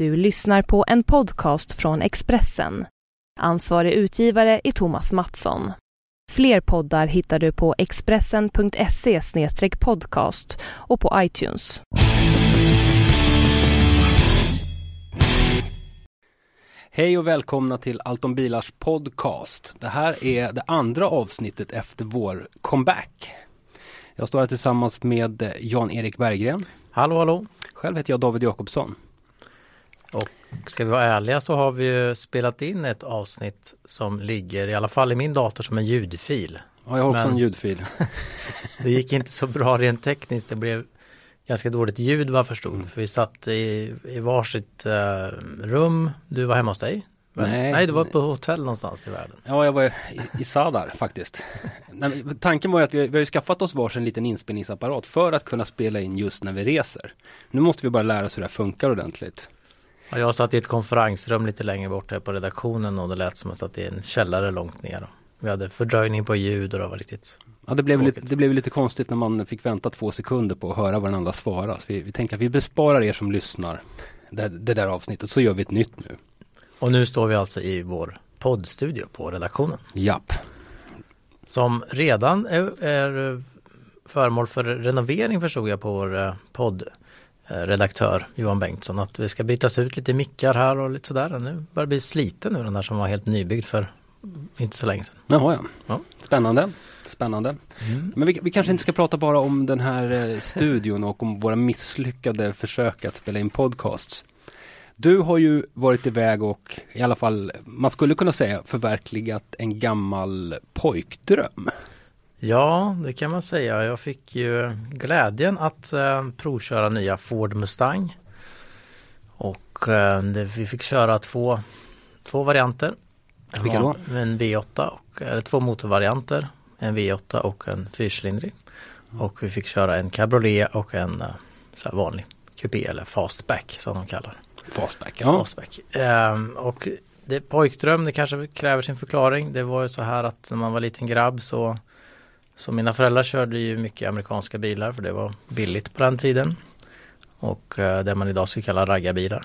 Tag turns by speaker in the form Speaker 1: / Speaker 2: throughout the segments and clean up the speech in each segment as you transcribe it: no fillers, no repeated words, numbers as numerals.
Speaker 1: Du lyssnar på en podcast från Expressen. Ansvarig utgivare är Thomas Mattsson. Fler poddar hittar du på expressen.se/podcast och på iTunes.
Speaker 2: Hej och välkomna till Allt om bilars podcast. Det här är det andra avsnittet efter vår comeback. Jag står här tillsammans med Jan-Erik Berggren.
Speaker 3: Hallå, hallå.
Speaker 2: Själv heter jag David Jakobsson.
Speaker 3: Och ska vi vara ärliga så har vi ju spelat in ett avsnitt som ligger i alla fall i min dator som en ljudfil.
Speaker 2: Ja, jag har också en ljudfil.
Speaker 3: Det gick inte så bra rent tekniskt. Det blev ganska dåligt ljud vad jag förstod. För vi satt i varsitt rum. Du var hemma hos dig? Nej, du var på hotell någonstans i världen.
Speaker 2: Ja, jag var i Sadar faktiskt. Nej, tanken var ju att vi har ju skaffat oss varsin liten inspelningsapparat för att kunna spela in just när vi reser. Nu måste vi bara lära oss hur det här funkar ordentligt.
Speaker 3: Ja, jag satt i ett konferensrum lite längre bort här på redaktionen och det lät som att jag satt i en källare långt ner. Vi hade fördröjning på ljud och det var riktigt.
Speaker 2: Ja, det blev lite konstigt när man fick vänta 2 sekunder på att höra vad den andra svarar. Så vi tänker att vi besparar er som lyssnar det där avsnittet, så gör vi ett nytt nu.
Speaker 3: Och nu står vi alltså i vår poddstudio på redaktionen.
Speaker 2: Japp.
Speaker 3: Som redan är föremål för renovering förstod jag på vår poddredaktör Johan Bengtsson. Att vi ska bytas ut lite mickar här och lite sådär. Nu börjar det bli sliten nu den här som var helt nybyggd för inte så länge sedan.
Speaker 2: Jaha, ja. Spännande. Men vi kanske inte ska prata bara om den här studion och om våra misslyckade försök att spela in podcasts. Du har ju varit iväg och i alla fall, man skulle kunna säga, förverkligat en gammal pojkdröm.
Speaker 3: Ja, det kan man säga. Jag fick ju glädjen att provköra nya Ford Mustang. Och vi fick köra två varianter.
Speaker 2: Vilka då?
Speaker 3: En V8, eller 2 motorvarianter. En V8 och en 4-cylindrig. Och vi fick köra en cabriolet och en så här vanlig coupé eller fastback som de kallar.
Speaker 2: Fastback, ja.
Speaker 3: Fastback. Och det pojkdröm, det kanske kräver sin förklaring. Det var ju så här att när man var liten grabb så mina föräldrar körde ju mycket amerikanska bilar för det var billigt på den tiden. Och det man idag skulle kalla raggarbilar.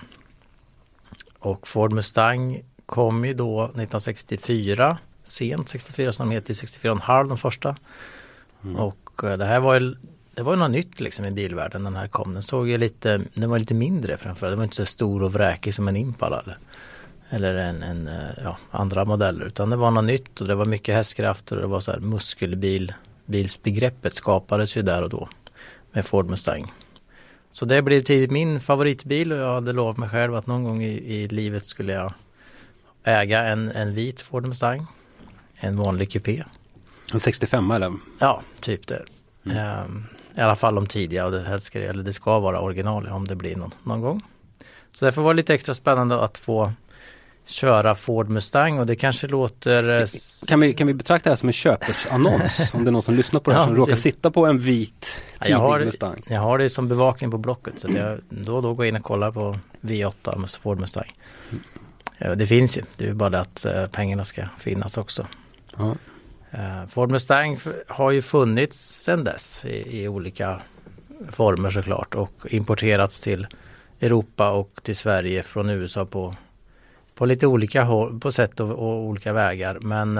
Speaker 3: Och Ford Mustang kom ju då 1964, sent 64 som de heter, 64,5 de första. Och det här var ju något nytt liksom i bilvärlden den här kom. Den var lite mindre framförallt. Det var inte så stor och vräkig som en Impala eller andra modeller. Utan det var något nytt och det var mycket hästkrafter och det var så här muskelbilsbegreppet skapades ju där och då med Ford Mustang. Så det blev tidigt min favoritbil och jag hade lovat mig själv att någon gång i livet skulle jag äga en vit Ford Mustang. En vanlig coupé.
Speaker 2: En 65 eller?
Speaker 3: Ja, typ det. I alla fall de tidiga och det ska vara original om det blir någon gång. Så därför var det lite extra spännande att få köra Ford Mustang och det kanske låter...
Speaker 2: Kan vi betrakta det här som en köpesannons om det är någon som lyssnar på det här som råkar sitta på en vit tidig Mustang?
Speaker 3: Jag har det som bevakning på Blocket så jag då och då går in och kollar på V8 med Ford Mustang. Det finns ju, det är bara det att pengarna ska finnas också.
Speaker 2: Ja.
Speaker 3: Ford Mustang har ju funnits sedan dess i olika former såklart och importerats till Europa och till Sverige från USA på lite olika på sätt och olika vägar. Men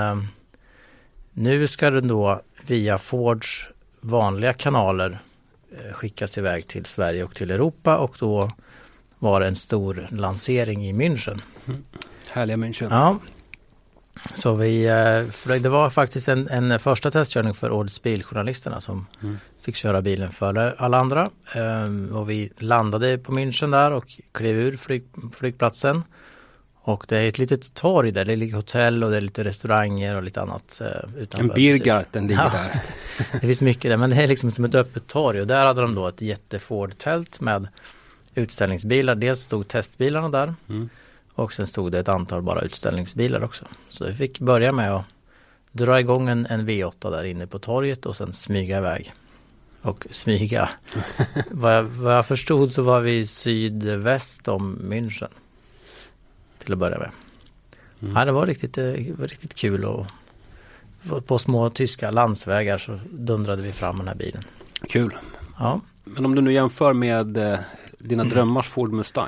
Speaker 3: nu ska den då via Fords vanliga kanaler skickas iväg till Sverige och till Europa och då var det en stor lansering i München.
Speaker 2: Härliga München.
Speaker 3: Ja. Så det var faktiskt en första testkörning för årets biljournalisterna som fick köra bilen före alla andra. Och vi landade på München där och klev ur flygplatsen. Och det är ett litet torg där, det ligger hotell och det är lite restauranger och lite annat utanför.
Speaker 2: En Biergarten ligger där.
Speaker 3: Det finns mycket där, men det är liksom som ett öppet torg. Och där hade de då ett jätteford-tält med utställningsbilar. Dels stod testbilarna där. Och sen stod det ett antal bara utställningsbilar också. Så vi fick börja med att dra igång en V8 där inne på torget och sen smyga iväg. Och smyga. Vad jag förstod så var vi sydväst om München. Till att börja med. Ja, det var riktigt kul och på små tyska landsvägar så dundrade vi fram den här bilen.
Speaker 2: Kul.
Speaker 3: Ja.
Speaker 2: Men om du nu jämför med dina drömmars Ford Mustang.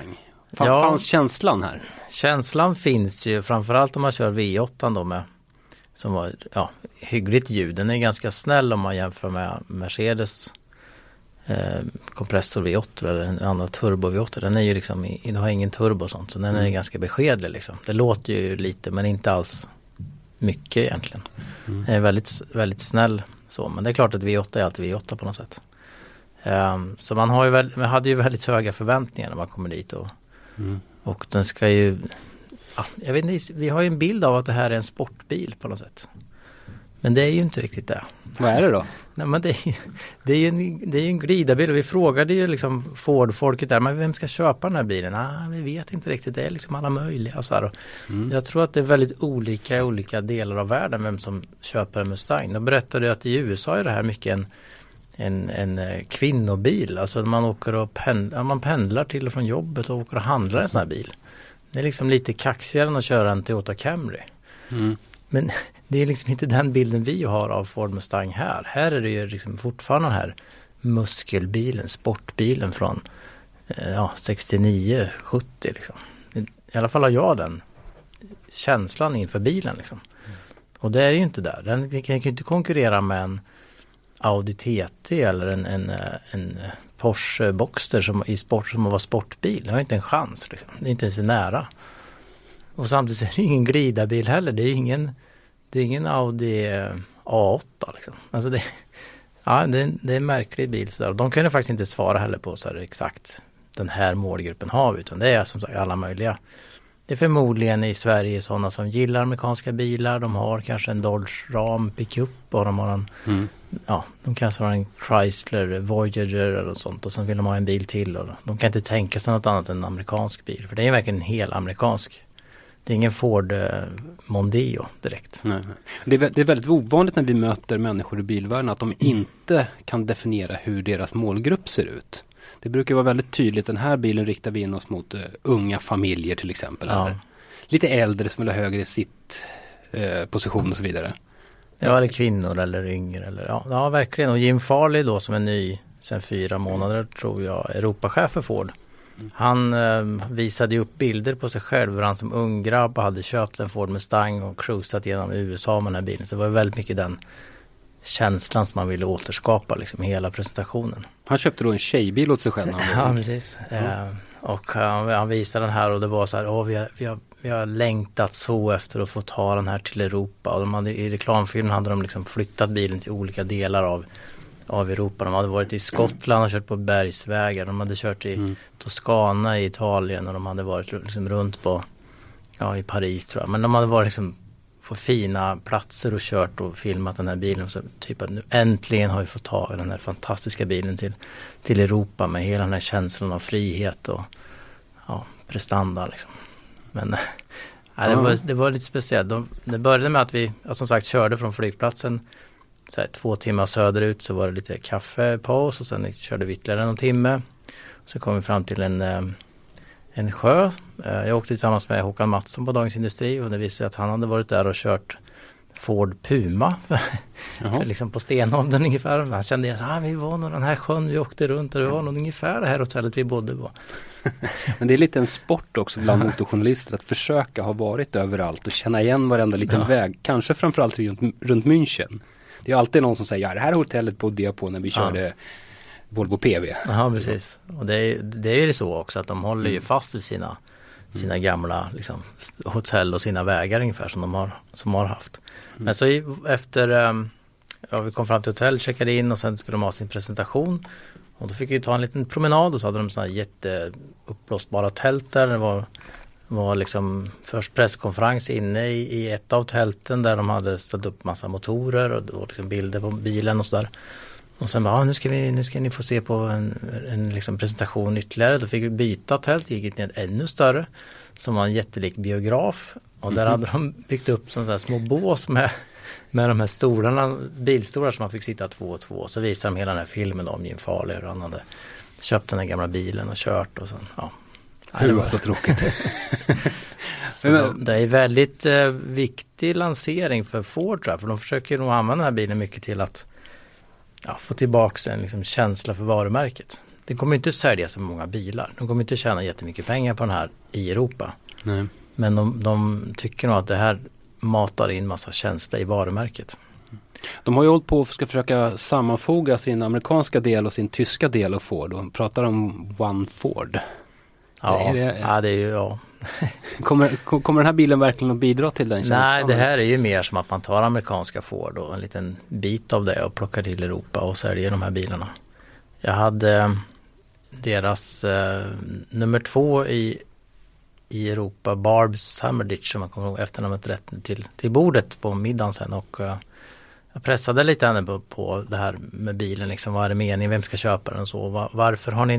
Speaker 2: Fanns känslan här?
Speaker 3: Känslan finns ju framförallt om man kör V8 då med som var hyggligt ljud. Den är ganska snäll om man jämför med Mercedes kompressor V8 eller en annan turbo V8. Den är ju liksom, den har ingen turbo och sånt, så den är ganska beskedlig liksom. Det låter ju lite men inte alls mycket egentligen. Den är väldigt, väldigt snäll så, men det är klart att V8 är alltid V8 på något sätt. Så man hade ju väldigt höga förväntningar när man kommer dit och den ska ju jag vet inte, vi har ju en bild av att det här är en sportbil på något sätt. Men det är ju inte riktigt det.
Speaker 2: Vad är det då?
Speaker 3: Nej, men det är ju en glidarbil. Vi frågade ju liksom Ford-folket där, men vem ska köpa den här bilen? Vi vet inte riktigt, det är liksom alla möjliga. Så här. Jag tror att det är väldigt olika delar av världen vem som köper en Mustang. De berättade att i USA är det här mycket en kvinnobil. Alltså man åker och man pendlar till och från jobbet och åker och handlar en sån här bil. Det är liksom lite kaxigare än att köra en Toyota Camry. Men det är liksom inte den bilden vi har av Ford Mustang här. Här är det ju liksom fortfarande den här muskelbilen, sportbilen från 69, 70 liksom. I alla fall har jag den känslan inför bilen liksom. Och det är ju inte där. Den kan ju inte konkurrera med en Audi TT eller en Porsche Boxster som var sportbil. Det har inte en chans liksom. Det är inte ens nära. Och samtidigt är det ingen glidarbil heller. Det är ingen Audi A8 liksom. Alltså det är en märklig bil så där. Och de kan ju faktiskt inte svara heller på så här exakt den här målgruppen har vi, utan det är som sagt alla möjliga. Det är förmodligen i Sverige sådana som gillar amerikanska bilar. De har kanske en Dodge Ram pickup och de har de kanske har en Chrysler Voyager eller sånt och sen vill de ha en bil till och de kan inte tänka sig något annat än en amerikansk bil. För det är verkligen en hel amerikansk. Det är ingen Ford Mondeo direkt.
Speaker 2: Nej. Det är väldigt ovanligt när vi möter människor i bilvärlden att de inte kan definiera hur deras målgrupp ser ut. Det brukar vara väldigt tydligt. Den här bilen riktar vi in oss mot unga familjer till exempel. Eller lite äldre som vill ha högre position och så vidare.
Speaker 3: Ja, eller kvinnor eller yngre. Eller, ja, verkligen. Och Jim Farley då som är ny sedan 4 månader tror jag, Europachef för Ford. Han visade ju upp bilder på sig själv hur han som ung grabb hade köpt en Ford Mustang och cruisat genom USA med den här bilen. Så det var väldigt mycket den känslan som man ville återskapa liksom hela presentationen.
Speaker 2: Han köpte då en tjejbil åt sig själv.
Speaker 3: Ja, precis. Och han visade den här och det var så här, vi har längtat så efter att få ta den här till Europa. Och i reklamfilmen hade de liksom flyttat bilen till olika delar av Europa. De hade varit i Skottland och kört på bergsvägar. De hade kört i Toscana i Italien och de hade varit liksom runt i Paris tror jag. Men de hade varit liksom på fina platser och kört och filmat den här bilen. Och så typ att nu äntligen har vi fått ta den här fantastiska bilen till Europa med hela den här känslan av frihet och prestanda liksom. Men det var lite speciellt. Det började med att vi som sagt körde från flygplatsen så här, 2 timmar söderut, så var det lite kaffepaus och sen körde vi ytterligare någon timme. Så kom vi fram till en sjö. Jag åkte tillsammans med Håkan Mattsson på Dagens Industri och det visade att han hade varit där och kört Ford Puma för liksom på stenåldern ungefär. Han kände att vi var nog den här sjön vi åkte runt och det var nog ungefär det här hotellet vi bodde på.
Speaker 2: Men det är lite en sport också bland motorjournalister att försöka ha varit överallt och känna igen varenda liten väg. Kanske framförallt runt München. Det är alltid någon som säger, det här hotellet bodde jag på när vi körde Volvo PV. Ja, precis.
Speaker 3: Och det är ju så också att de håller ju fast vid sina gamla liksom, hotell och sina vägar ungefär som har haft. Men så efter vi kom fram till hotell, checkade in och sen skulle de ha sin presentation. Och då fick vi ta en liten promenad och så hade de sådana jätteuppblåsbara tält där. Det var liksom först presskonferens inne i ett av tälten där de hade ställt upp massa motorer och liksom bilder på bilen och sådär. Och sen bara, nu ska ni få se på en liksom presentation ytterligare. Då fick vi byta tält, gick till ett ännu större som var en jättelik biograf. Och där hade de byggt upp sådana här små bås med de här stolarna, bilstolar som man fick sitta 2 och 2. Så visade de hela den här filmen om Jim Farley hur han hade köpt den här gamla bilen och kört och sen,
Speaker 2: Det var så tråkigt.
Speaker 3: Det är väldigt viktig lansering för Ford tror jag, för de försöker nog använda den här bilen mycket till att få tillbaka en liksom känsla för varumärket. det kommer inte sälja så många bilar. De kommer inte tjäna jättemycket pengar på den här i Europa.
Speaker 2: Nej.
Speaker 3: Men de tycker nog att det här matar in massa känsla i varumärket.
Speaker 2: De har ju hållit på att ska försöka sammanfoga sin amerikanska del och sin tyska del av Ford. De pratar om One Ford.
Speaker 3: Ja, det är ju, ja.
Speaker 2: Kommer den här bilen verkligen att bidra till den känslan?
Speaker 3: Nej, det här är ju mer som att man tar amerikanska Ford och en liten bit av det och plockar till Europa och säljer de här bilarna. Jag hade deras nummer 2 i Europa, Barb Samerditch, som jag kommer ihåg efternamnet rätt, till bordet på middagen sen, och jag pressade lite henne på det här med bilen, liksom, vad är det meningen, vem ska köpa den och så. Varför har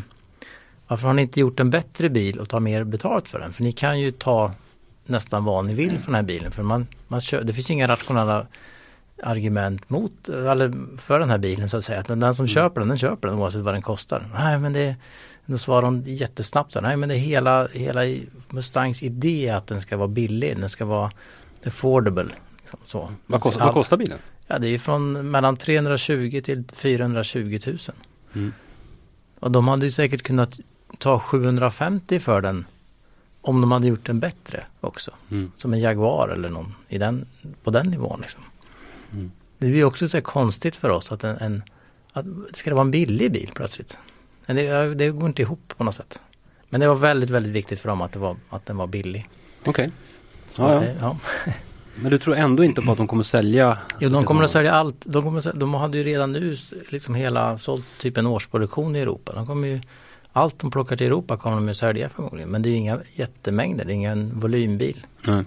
Speaker 3: ni inte gjort en bättre bil och ta mer betalt för den? För ni kan ju ta nästan vad ni vill för den här bilen, för det finns inga rationella argument mot eller för den här bilen, så att säga. Att den som köper den köper den oavsett vad den kostar. Nej, men då svarar hon jättesnabbt så. Nej, men det är hela Mustangs idé att den ska vara billig, den ska vara affordable. Liksom, så.
Speaker 2: Vad kostar bilen?
Speaker 3: Ja, det är ju från mellan 320 till 420 000.
Speaker 2: Mm.
Speaker 3: Och de hade ju säkert kunnat ta 750 för den om de hade gjort den bättre också.
Speaker 2: Mm.
Speaker 3: Som en Jaguar eller någon på den nivån liksom.
Speaker 2: Mm.
Speaker 3: Det blir också så konstigt för oss att ska det vara en billig bil plötsligt. Det går inte ihop på något sätt. Men det var väldigt, väldigt viktigt för dem att den var billig.
Speaker 2: Okej.
Speaker 3: Okay.
Speaker 2: Ja. Men du tror ändå inte på att de kommer sälja?
Speaker 3: Jo, de kommer att sälja allt. De hade ju redan nu liksom sålt typ en årsproduktion i Europa. Allt de plockar till Europa kommer de att sälja förmodligen. Men det är inga jättemängder, det är ingen volymbil.
Speaker 2: Nej.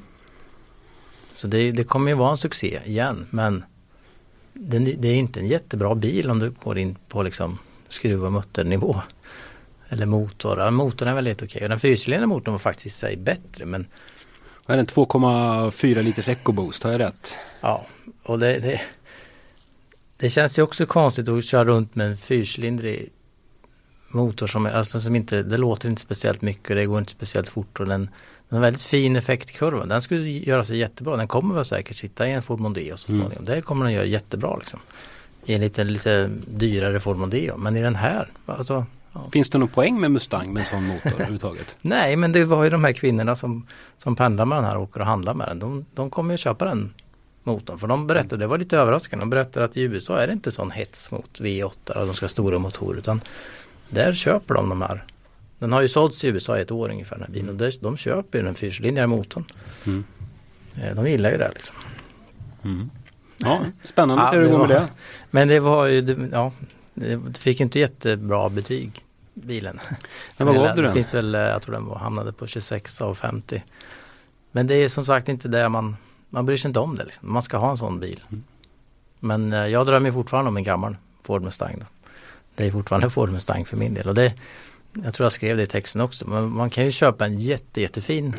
Speaker 3: Så det kommer ju vara en succé igen. Men det är inte en jättebra bil om du går in på liksom skruv- och mutternivå. Eller motor. Ja, motorn är väl lite okej. Och den fyrcylindriga motorn var faktiskt bättre. Men
Speaker 2: vad är den? 2,4 liters EcoBoost, har jag rätt?
Speaker 3: Ja, och det känns ju också konstigt att köra runt med en fyrcylindrig motor som inte, det låter inte speciellt mycket, det går inte speciellt fort, och den har väldigt fin effektkurva. Den skulle göra sig jättebra. Den kommer väl säkert sitta i en Ford Mondeo så småningom. Det kommer den göra jättebra liksom. I en lite dyrare Ford Mondeo. Men i den här, alltså... Ja.
Speaker 2: Finns det någon poäng med Mustang med en sån motor överhuvudtaget?
Speaker 3: Nej, men det var ju de här kvinnorna som pendlar med den här och åker och handlar med den. De kommer ju köpa den motorn. För de berättade, det var lite överraskande, de berättade att i USA är det inte sån hets mot V8 och de ska ha stora motorer, utan där köper de här. Den har ju sålts i USA i ett år ungefär, den här bilen, och de köper ju den fyrcylindriga motorn. Mm. De gillar ju det liksom. Mm.
Speaker 2: Ja, spännande, ser du går med det.
Speaker 3: Men det var ju, det fick inte jättebra betyg, bilen.
Speaker 2: Men vad gav du den?
Speaker 3: Det finns väl, jag tror den hamnade på 26 av 50. Men det är som sagt inte det man bryr sig inte om det liksom. Man ska ha en sån bil. Mm. Men jag drömmer fortfarande om en gammal Ford Mustang då. Det är fortfarande Ford Mustang för min del. Och jag tror jag skrev det i texten också. Men man kan ju köpa en jättefin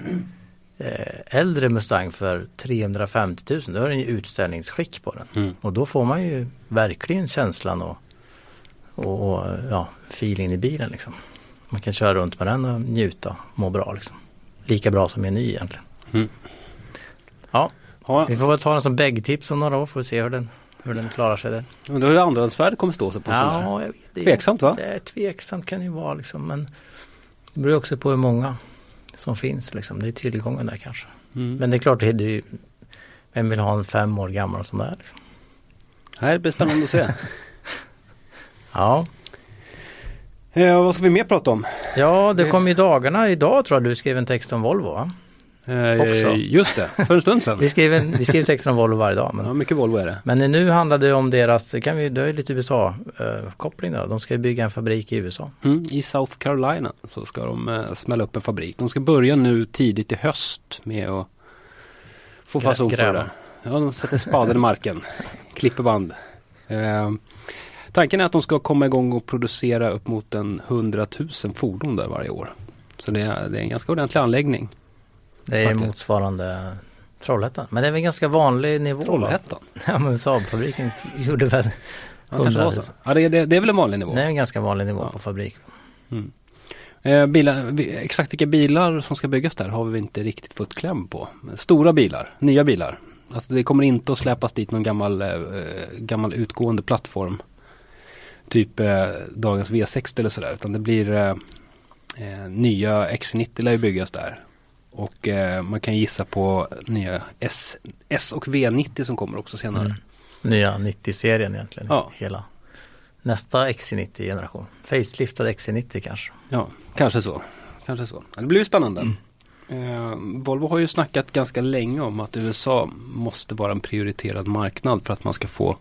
Speaker 3: äldre Mustang för 350 000. Då är den ju utställningsskick på den. Mm. Och då får man ju verkligen känslan och feeling i bilen liksom. Man kan köra runt med den och njuta, må bra liksom. Lika bra som en ny egentligen. Mm. Ja, vi får väl ta den som bäggtips om några år för att se hur den klarar sig där.
Speaker 2: Men då är det andrahandsvärde kommer stå sig på sån där. Tveksamt va?
Speaker 3: Det är tveksamt, kan ju vara liksom, men det beror också på hur många som finns liksom. Det är tillgången där kanske. Mm. Men det är klart, det är ju, vem vill ha en 5 år gammal sån där liksom.
Speaker 2: Det blir spännande att se.
Speaker 3: Ja.
Speaker 2: Vad ska vi mer prata om?
Speaker 3: Ja, det kom ju dagarna. Idag tror jag du skrev en text om Volvo, va?
Speaker 2: Just det, för en stund sedan.
Speaker 3: vi skriver texter om Volvo varje dag. Men,
Speaker 2: ja, mycket Volvo är det.
Speaker 3: Men nu handlar det om deras, det är lite USA-koppling där. De ska bygga en fabrik i USA.
Speaker 2: I South Carolina så ska de smälla upp en fabrik. De ska börja nu tidigt i höst med att få fason på det där. Ja, de sätter spaden i marken. Klipper band. Tanken är att de ska komma igång och producera upp mot 100 000 fordon där varje år. Så det är en ganska ordentlig anläggning. Det
Speaker 3: är motsvarande Trollhättan. Men det är väl en ganska vanlig nivå.
Speaker 2: Trollhättan?
Speaker 3: Ja, men Saab-fabriken gjorde väl
Speaker 2: 100 000. Ja, det är väl en vanlig nivå?
Speaker 3: Det är en ganska vanlig nivå på fabrik.
Speaker 2: Mm. Exakt vilka bilar som ska byggas där har vi inte riktigt fått kläm på. Stora bilar, nya bilar. Alltså det kommer inte att släppas dit någon gammal utgående plattform. typ dagens V60 eller sådär, utan det blir nya X90 lär ju byggas där. Och man kan gissa på nya S och V90 som kommer också senare.
Speaker 3: Nya 90-serien egentligen.
Speaker 2: Ja.
Speaker 3: Hela nästa XC90-generation. Faceliftad XC90 kanske.
Speaker 2: Ja, kanske så. Det blir ju spännande. Volvo har ju snackat ganska länge om att USA måste vara en prioriterad marknad för att man ska få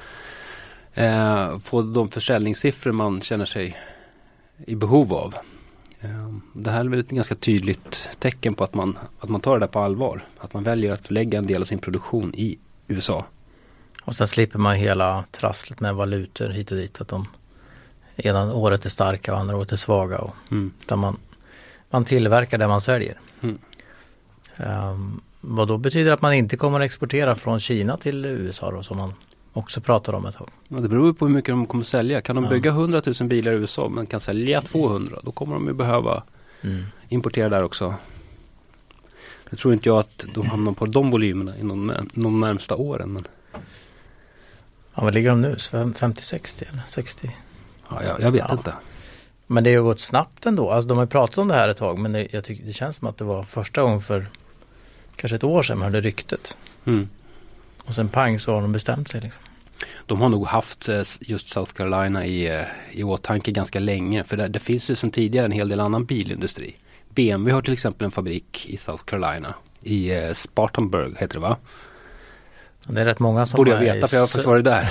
Speaker 2: de försäljningssiffror man känner sig i behov av. Det här är väl ett ganska tydligt tecken på att man tar det där på allvar. Att man väljer att förlägga en del av sin produktion i USA.
Speaker 3: Och sen slipper man hela trasslet med valutor hit och dit. Att de ena året är starka och andra året är svaga. Utan man tillverkar det man säljer. Vad då betyder att man inte kommer att exportera från Kina till USA då, som man också pratar om ett tag.
Speaker 2: Ja, det beror ju på hur mycket de kommer sälja. Kan de bygga 100 000 bilar i USA men kan sälja 200, då kommer de ju behöva importera där också. Jag tror inte jag att de hamnar på de volymerna inom de närmsta åren. Men...
Speaker 3: Ja, vad ligger de nu? 50-60 eller 60?
Speaker 2: Ja, jag vet inte.
Speaker 3: Men det har gått snabbt ändå. Alltså, de har pratat om det här ett tag, men jag tycker det känns som att det var första gången för kanske ett år sedan man hörde ryktet. Och sen pang så har de bestämt sig liksom.
Speaker 2: De har nog haft just South Carolina i åtanke ganska länge. För det finns ju sedan tidigare en hel del annan bilindustri. BMW har till exempel en fabrik i South Carolina. I Spartanburg heter det, va?
Speaker 3: Det är rätt många som...
Speaker 2: Borde jag veta, för jag har faktiskt varit där.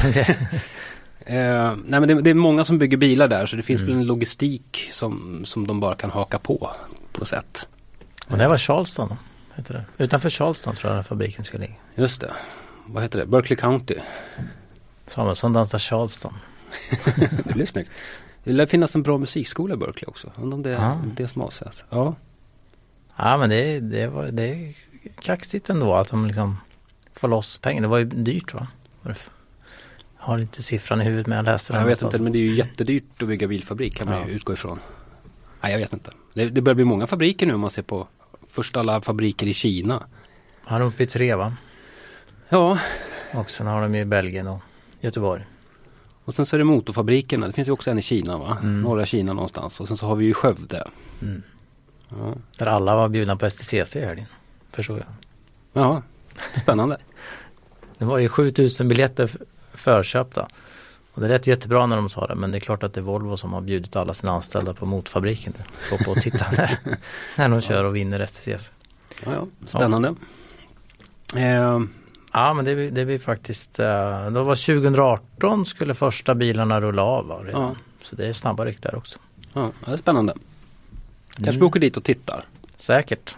Speaker 2: Nej, men det är många som bygger bilar där. Så det finns väl en logistik som de bara kan haka på något sätt.
Speaker 3: Och det var Charleston då, heter det. Utanför Charleston tror jag den fabriken skulle ligga.
Speaker 2: Just det. Vad heter det? Berkeley County.
Speaker 3: Samuelsson dansar Charleston.
Speaker 2: Det blir snyggt. Det lär finnas en bra musikskola i Berkeley också. Om det som avses. Ja.
Speaker 3: Ja, men det är kaxigt ändå att de liksom får loss pengar. Det var ju dyrt, va? Jag har inte siffran i huvudet, men jag läste det.
Speaker 2: Jag vet inte, men det är ju jättedyrt att bygga bilfabrik, kan man ju utgå ifrån. Nej, jag vet inte. Det börjar bli många fabriker nu om man ser på först alla fabriker i Kina.
Speaker 3: Har de uppe i 3, va?
Speaker 2: Ja.
Speaker 3: Och sen har de ju Belgien och Göteborg.
Speaker 2: Och sen så är det motorfabrikerna. Det finns ju också en i Kina, va? Norra Kina någonstans. Och sen så har vi ju Skövde. Ja.
Speaker 3: Där alla var bjudna på STCC i helgen. Förstår jag.
Speaker 2: Ja, spännande.
Speaker 3: Det var ju 7000 biljetter förköpta. Och det lät jättebra när de sa det. Men det är klart att det är Volvo som har bjudit alla sina anställda på motorfabriken. Gå på och titta när de kör och vinner STCC.
Speaker 2: Ja, spännande.
Speaker 3: Ja, men det blir faktiskt... Då var 2018 skulle första bilarna rulla av redan. Ja. Så det är snabba ryck där också.
Speaker 2: Ja, det är spännande. Kanske vi åker dit och tittar.
Speaker 3: Säkert.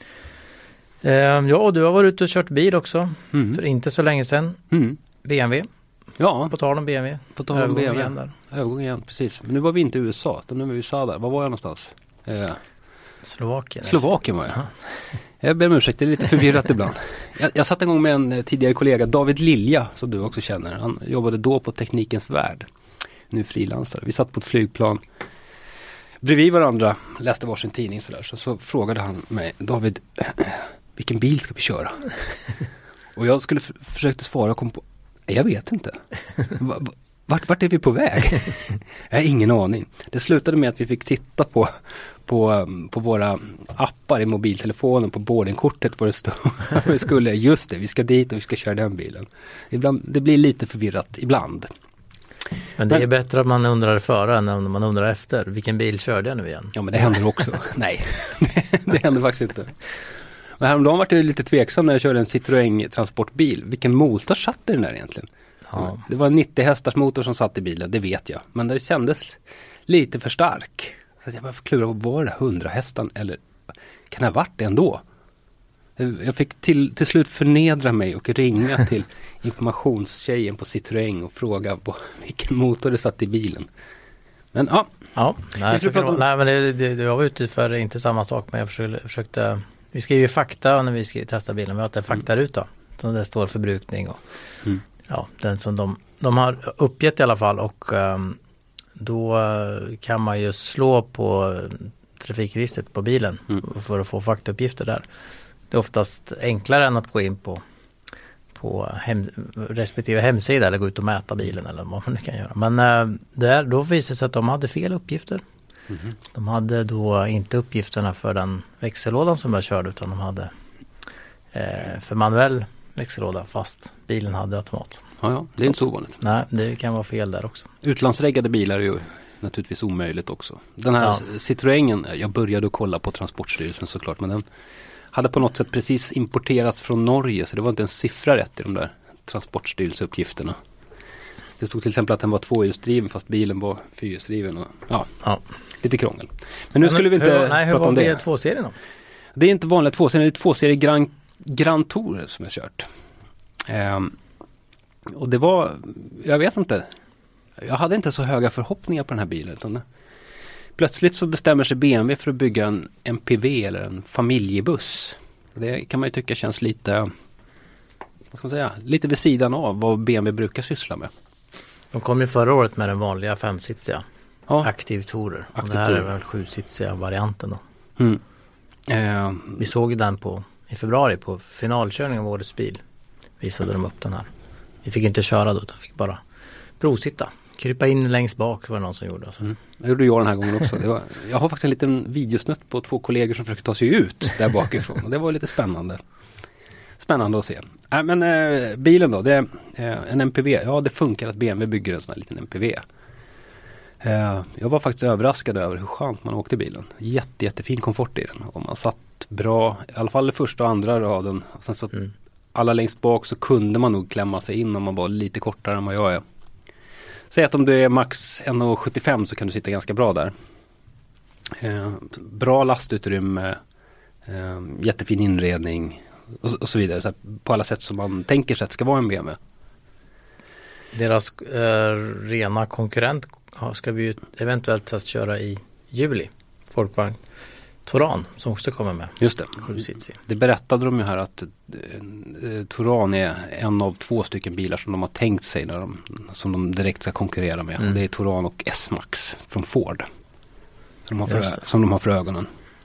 Speaker 3: Ja, du har varit ute och kört bil också. För inte så länge sedan. BMW.
Speaker 2: Ja.
Speaker 3: På tal om BMW.
Speaker 2: På tal om BMW. Övergång igen, precis. Men nu var vi inte i USA, utan nu var vi i USA där. Var var jag någonstans? Slovakien var jag. Jag ber om ursäkt, det är lite förvirrat ibland. Jag satt en gång med en tidigare kollega, David Lilja, som du också känner. Han jobbade då på Teknikens Värld. Nu frilansare. Vi satt på ett flygplan bredvid varandra, läste varsin tidning sådär. Så frågade han mig, David, vilken bil ska vi köra? Och jag skulle försökte svara och kom på, jag vet inte. Vart är vi på väg? Jag har ingen aning. Det slutade med att vi fick titta på våra appar i mobiltelefonen, på boardingkortet, vad det stod. Vi skulle, just det, vi ska dit och vi ska köra den bilen. Ibland, det blir lite förvirrat ibland.
Speaker 3: Men det är bättre att man undrar före än om man undrar efter. Vilken bil körde jag nu igen?
Speaker 2: Ja, men det händer också. Nej, det händer faktiskt inte. Men häromdagen var jag lite tveksam när jag körde en Citroën transportbil. Vilken motor satt i den där egentligen? Ja. Det var en 90 hästars motor som satt i bilen, det vet jag. Men det kändes lite för stark. Så jag började klura på, var det 100 hästar eller kan det ha varit det ändå? Jag fick till slut förnedra mig och ringa till informationstjejen på Citroën och fråga på vilken motor det satt i bilen. Men
Speaker 3: ja. Nej, men jag var ute för inte samma sak, men jag försökte vi skriver fakta när vi testar bilen. Vi har en faktaruta som det står förbrukning och ja, den som de har uppgett i alla fall, och då kan man ju slå på trafikregistret på bilen för att få faktauppgifter där. Det är oftast enklare än att gå in på på respektive hemsida eller gå ut och mäta bilen eller vad man nu kan göra. Men då visade det sig att de hade fel uppgifter. Mm-hmm. De hade då inte uppgifterna för den växellådan som jag körde, utan de hade för manuell växellåda fast bilen hade automat.
Speaker 2: Ja, det är inte så ovanligt.
Speaker 3: Nej, det kan vara fel där också.
Speaker 2: Utlandsreggade bilar är ju naturligtvis omöjligt också. Den här Citroën, jag började att kolla på Transportstyrelsen såklart, men den hade på något sätt precis importerats från Norge, så det var inte en siffra rätt i de där Transportstyrelseuppgifterna. Det stod till exempel att den var tvåhjulsdriven fast bilen var fyrhjulsdriven. Och, lite krångel. Men nu skulle vi inte prata om det.
Speaker 3: Hur var B2-serien då?
Speaker 2: Det är inte vanliga 2-serien, det är 2-serie Grand Tourer som jag kört. Och det var, jag vet inte, jag hade inte så höga förhoppningar på den här bilen. Utan plötsligt så bestämmer sig BMW för att bygga en MPV eller en familjebuss. Det kan man ju tycka känns lite, vad ska man säga, lite vid sidan av vad BMW brukar syssla med.
Speaker 3: De kom ju förra året med den vanliga 5-sitsiga Active Tourer. Och det här är väl 7-sitsiga varianten då. Vi såg den i februari på finalkörningen av årets bil. Visade de upp den här. Vi fick inte köra då, utan fick bara provsitta. Krypa in längst bak var det någon som gjorde. Alltså.
Speaker 2: Det gjorde jag den här gången också. Jag har faktiskt en liten videosnutt på 2 kollegor som försöker ta sig ut där bakifrån. Och det var lite spännande. Spännande att se. Men bilen då, det är en MPV. Ja, det funkar att BMW bygger en sån här liten MPV. Jag var faktiskt överraskad över hur skönt man åkte bilen. Jättefin komfort i den. Och man satt bra, i alla fall i första och andra raden. Och sen så alla längst bak så kunde man nog klämma sig in om man var lite kortare än vad jag är. Säg att om du är max 1,75 så kan du sitta ganska bra där. Bra lastutrymme, jättefin inredning och så vidare. Så på alla sätt som man tänker sig att det ska vara en BMW.
Speaker 3: Deras rena konkurrent ska vi ju eventuellt testköra i juli. Folkvagn Touran som också kommer med.
Speaker 2: Just det. Det berättade de ju här att Touran är en av 2 stycken bilar som de har tänkt sig som de direkt ska konkurrera med. Och det är Touran och S-Max från Ford. Som de har för ögonen.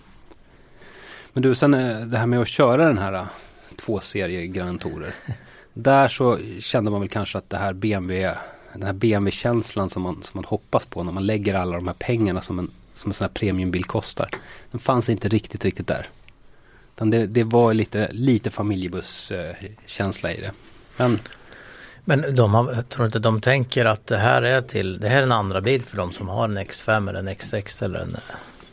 Speaker 2: Men du, sen det här med att köra den här 2-serie Grand Tourer. Där så kände man väl kanske att den här BMW-känslan som man hoppas på när man lägger alla de här pengarna som en sån här premiumbil kostar. Den fanns inte riktigt där. Utan det var lite familjebuss-känsla i det.
Speaker 3: Men jag tror inte de tänker att det här är en andra bil för de som har en X5 eller en X6 eller en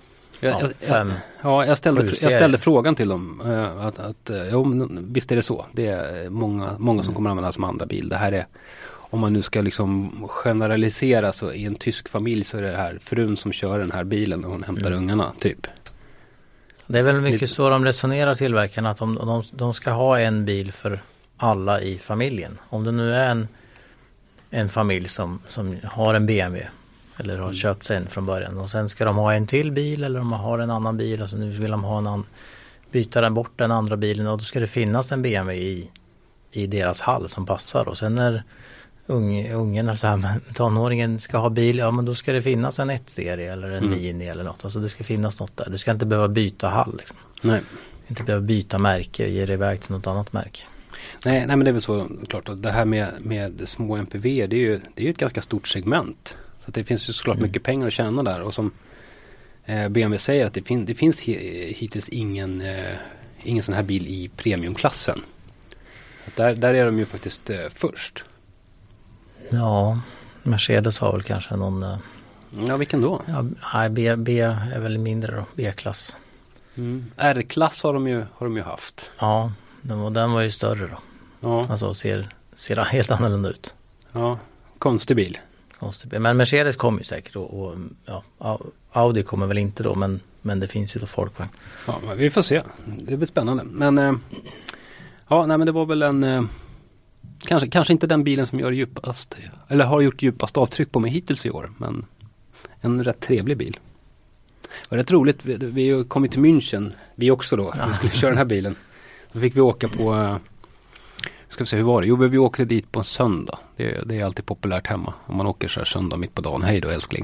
Speaker 3: 5.
Speaker 2: Jag ställde frågan till dem visst är det så. Det är många som kommer använda det som andra bil. Det här är, om man nu ska liksom generalisera, så i en tysk familj så är det här frun som kör den här bilen och hon hämtar ungarna typ.
Speaker 3: Det är väl mycket så de resonerar, tillverkarna, att de ska ha en bil för alla i familjen. Om det nu är en familj som har en BMW eller har köpt sig en från början och sen ska de ha en till bil eller de har en annan bil och så nu vill de ha byta den bort den andra bilen, och då ska det finnas en BMW i deras hall som passar. Och sen när ungen eller så här, tonåringen ska ha bil, ja men då ska det finnas en 1-serie eller en Mini eller något. Alltså det ska finnas något där. Du ska inte behöva byta hall liksom. Nej. Inte behöva byta märke och ge det iväg till något annat märke.
Speaker 2: Nej, men det är väl så klart. Det här med små MPV, det är ju ett ganska stort segment. Så att det finns ju såklart mycket pengar att tjäna där. Och som BMW säger, att det finns hittills ingen sån här bil i premiumklassen. Där är de ju faktiskt först.
Speaker 3: Ja, Mercedes har väl kanske någon...
Speaker 2: Ja, vilken då?
Speaker 3: Ja, B är väl mindre då, B-klass.
Speaker 2: R-klass har de ju haft.
Speaker 3: Ja, den var ju större då. Ja. Alltså ser helt annorlunda ut.
Speaker 2: Ja, konstig bil.
Speaker 3: Men Mercedes kommer ju säkert och Audi kommer väl inte då, men det finns ju då folkvagn.
Speaker 2: Ja, men vi får se. Det blir spännande. Men men det var väl en kanske inte den bilen som gör djupast eller har gjort djupast avtryck på mig hittills i år, men en rätt trevlig bil. Det var rätt roligt. Vi kom till München, vi också då. Vi skulle köra den här bilen. Då fick vi åka på ska vi se, hur var det? Jo, vi åkte dit på en söndag. Det är alltid populärt hemma. Om man åker så här söndag mitt på dagen. Hej då älskling.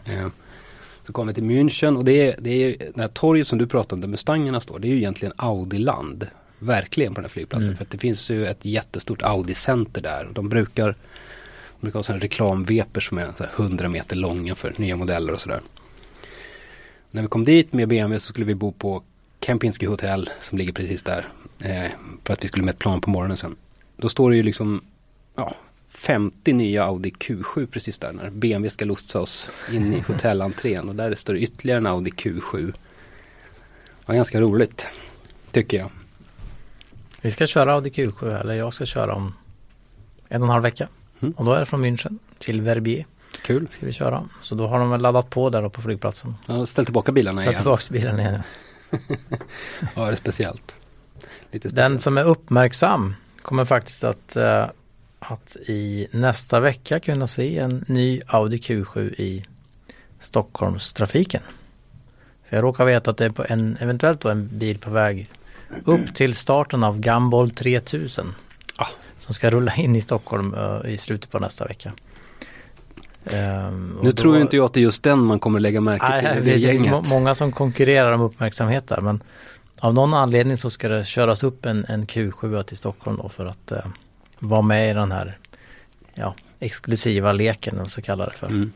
Speaker 2: Så kom vi till München och det är det här torget som du pratade om där Mustangerna står. Det är ju egentligen Audi-land. verkligen på den här flygplatsen. För att det finns ju ett jättestort Audi-center där. De brukar ha sådana reklamveper som är så här 100 meter långa för nya modeller och sådär. När vi kom dit med BMW så skulle vi bo på Kempinski hotell som ligger precis där. För att vi skulle med ett plan på morgonen sen. Då står det ju liksom 50 nya Audi Q7 precis där när BMW ska lotsa oss in i hotellentrén. Och där står det ytterligare en Audi Q7. Det var ganska roligt, tycker jag.
Speaker 3: Vi ska köra Audi Q7, eller jag ska köra om 1,5 vecka. Och då är det från München till Verbier.
Speaker 2: Kul.
Speaker 3: Ska vi köra. Så då har de väl laddat på där på flygplatsen.
Speaker 2: Ja, ställ tillbaka bilarna igen.
Speaker 3: Ställ tillbaka bilarna igen.
Speaker 2: Ja, det är speciellt. Lite speciellt.
Speaker 3: Den som är uppmärksam kommer faktiskt att i nästa vecka kunna se en ny Audi Q7 i Stockholmstrafiken. För jag råkar veta att det är på eventuellt en bil på väg upp till starten av Gumball 3000 som ska rulla in i Stockholm i slutet på nästa vecka.
Speaker 2: Nu tror ju inte jag att det är just den man kommer lägga märke till.
Speaker 3: Det är många som konkurrerar om uppmärksamhet där, men av någon anledning så ska det köras upp en Q7 till Stockholm då för att vara med i den här exklusiva leken och så kallar det för.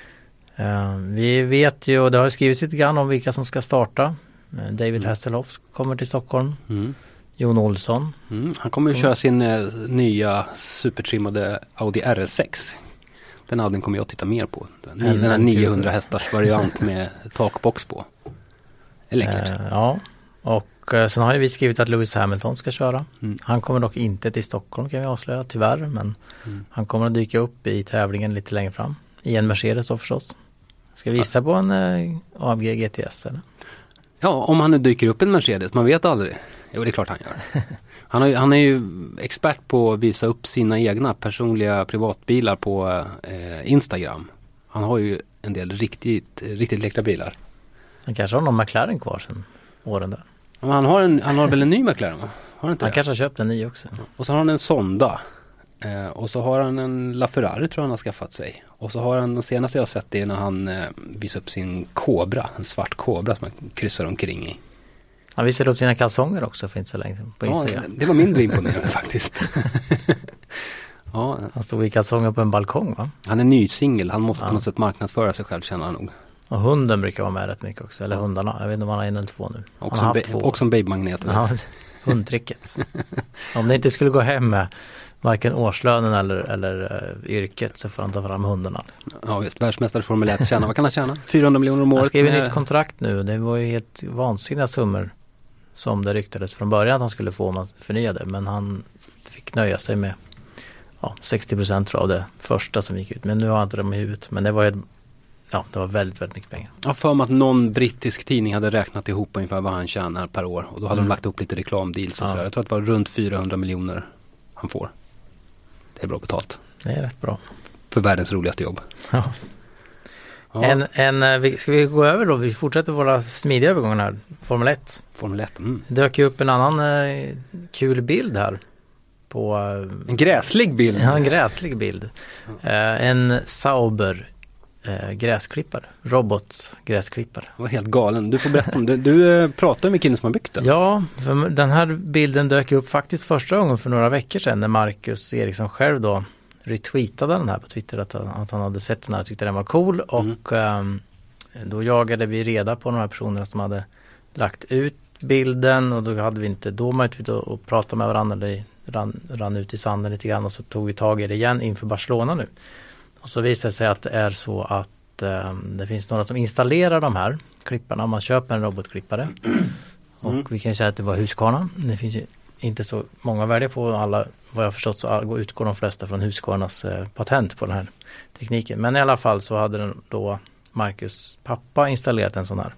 Speaker 3: Vi vet ju, och det har skrivits lite grann om vilka som ska starta. David Hasselhoff kommer till Stockholm. Jon Olsson.
Speaker 2: Han kommer ju köra sin nya supertrimmade Audi RS6. Den Audin kommer jag titta mer på. Den här 900 hästars variant med takbox på. Det är läckert.
Speaker 3: Ja, och sen har vi skrivit att Lewis Hamilton ska köra. Han kommer dock inte till Stockholm kan vi avslöja, tyvärr. Men han kommer att dyka upp i tävlingen lite längre fram. I en Mercedes då förstås. Ska vi visa på en AMG GTS eller?
Speaker 2: Ja, om han nu dyker upp en Mercedes. Man vet aldrig. Jo, det är klart han gör. Han är ju expert på att visa upp sina egna personliga privatbilar på Instagram. Han har ju en del riktigt läckra bilar.
Speaker 3: Han kanske har någon McLaren kvar sedan åren där.
Speaker 2: Men han har väl en ny McLaren, va? Har inte
Speaker 3: han
Speaker 2: det?
Speaker 3: Kanske har köpt en ny också.
Speaker 2: Och så har han en Sonda. Och så har han en LaFerrari tror jag han har skaffat sig. Och så har han, den senaste jag har sett det är när han visar upp sin Cobra. En svart Cobra som man kryssar omkring i.
Speaker 3: Han visade upp sina kalsonger också för inte så länge på Instagram.
Speaker 2: Ja, det var mindre imponerande faktiskt. Ja.
Speaker 3: Han stod i kalsonger på en balkong, va?
Speaker 2: Han är ny singel. Han måste på något sätt marknadsföra sig själv, känner han nog.
Speaker 3: Och hunden brukar vara med rätt mycket också. Eller hundarna. Jag vet inte om han har en eller två nu.
Speaker 2: Också en babymagnet.
Speaker 3: Ja, hundtricket. Om det inte skulle gå hem med varken årslönen eller yrket så får han ta fram hundarna.
Speaker 2: Ja visst, världsmästare Formel 1 tjäna. Vad kan han tjäna? 400 miljoner om året.
Speaker 3: Han skrev ett nytt kontrakt nu. Det var ju helt vansinniga summor som det ryktades från början att han skulle få om han förnyade. Men han fick nöja sig med 60% tror jag av det första som gick ut. Men nu har han inte dem i huvudet. Men det var det var väldigt, väldigt mycket pengar.
Speaker 2: Jag har för mig att någon brittisk tidning hade räknat ihop ungefär vad han tjänar per år. Och då hade de lagt upp lite reklamdeals och sådär. Jag tror att det var runt 400 miljoner han får. Det är bra betalt.
Speaker 3: Det är rätt bra.
Speaker 2: För världens roligaste jobb.
Speaker 3: Ja. Ska vi gå över då? Vi fortsätter våra smidiga övergångar här. Formel 1.
Speaker 2: Formel 1.
Speaker 3: Det dök ju upp en annan kul bild här. På,
Speaker 2: en gräslig bild.
Speaker 3: Ja, en gräslig bild. En Sauber gräsklippare. Robotgräsklippare.
Speaker 2: Det var helt galen. Du får berätta om det. Du pratar med killen som har byggt den.
Speaker 3: Ja, för den här bilden dök upp faktiskt första gången för några veckor sedan när Marcus Eriksson själv då retweetade den här på Twitter att han hade sett den här och tyckte den var cool och då jagade vi reda på de här personerna som hade lagt ut bilden och då hade vi inte möjlighet att prata med varandra. Det rann ut i sanden lite grann och så tog vi tag i det igen inför Barcelona nu. Och så visar det sig att det är så att det finns några som installerar de här klipparna. Man köper en robotklippare. Och vi kan säga att det var Husqvarna. Det finns ju inte så många värden på alla. Vad jag förstått så utgår de flesta från Husqvarnas patent på den här tekniken. Men i alla fall så hade den då Marcus pappa installerat en sån här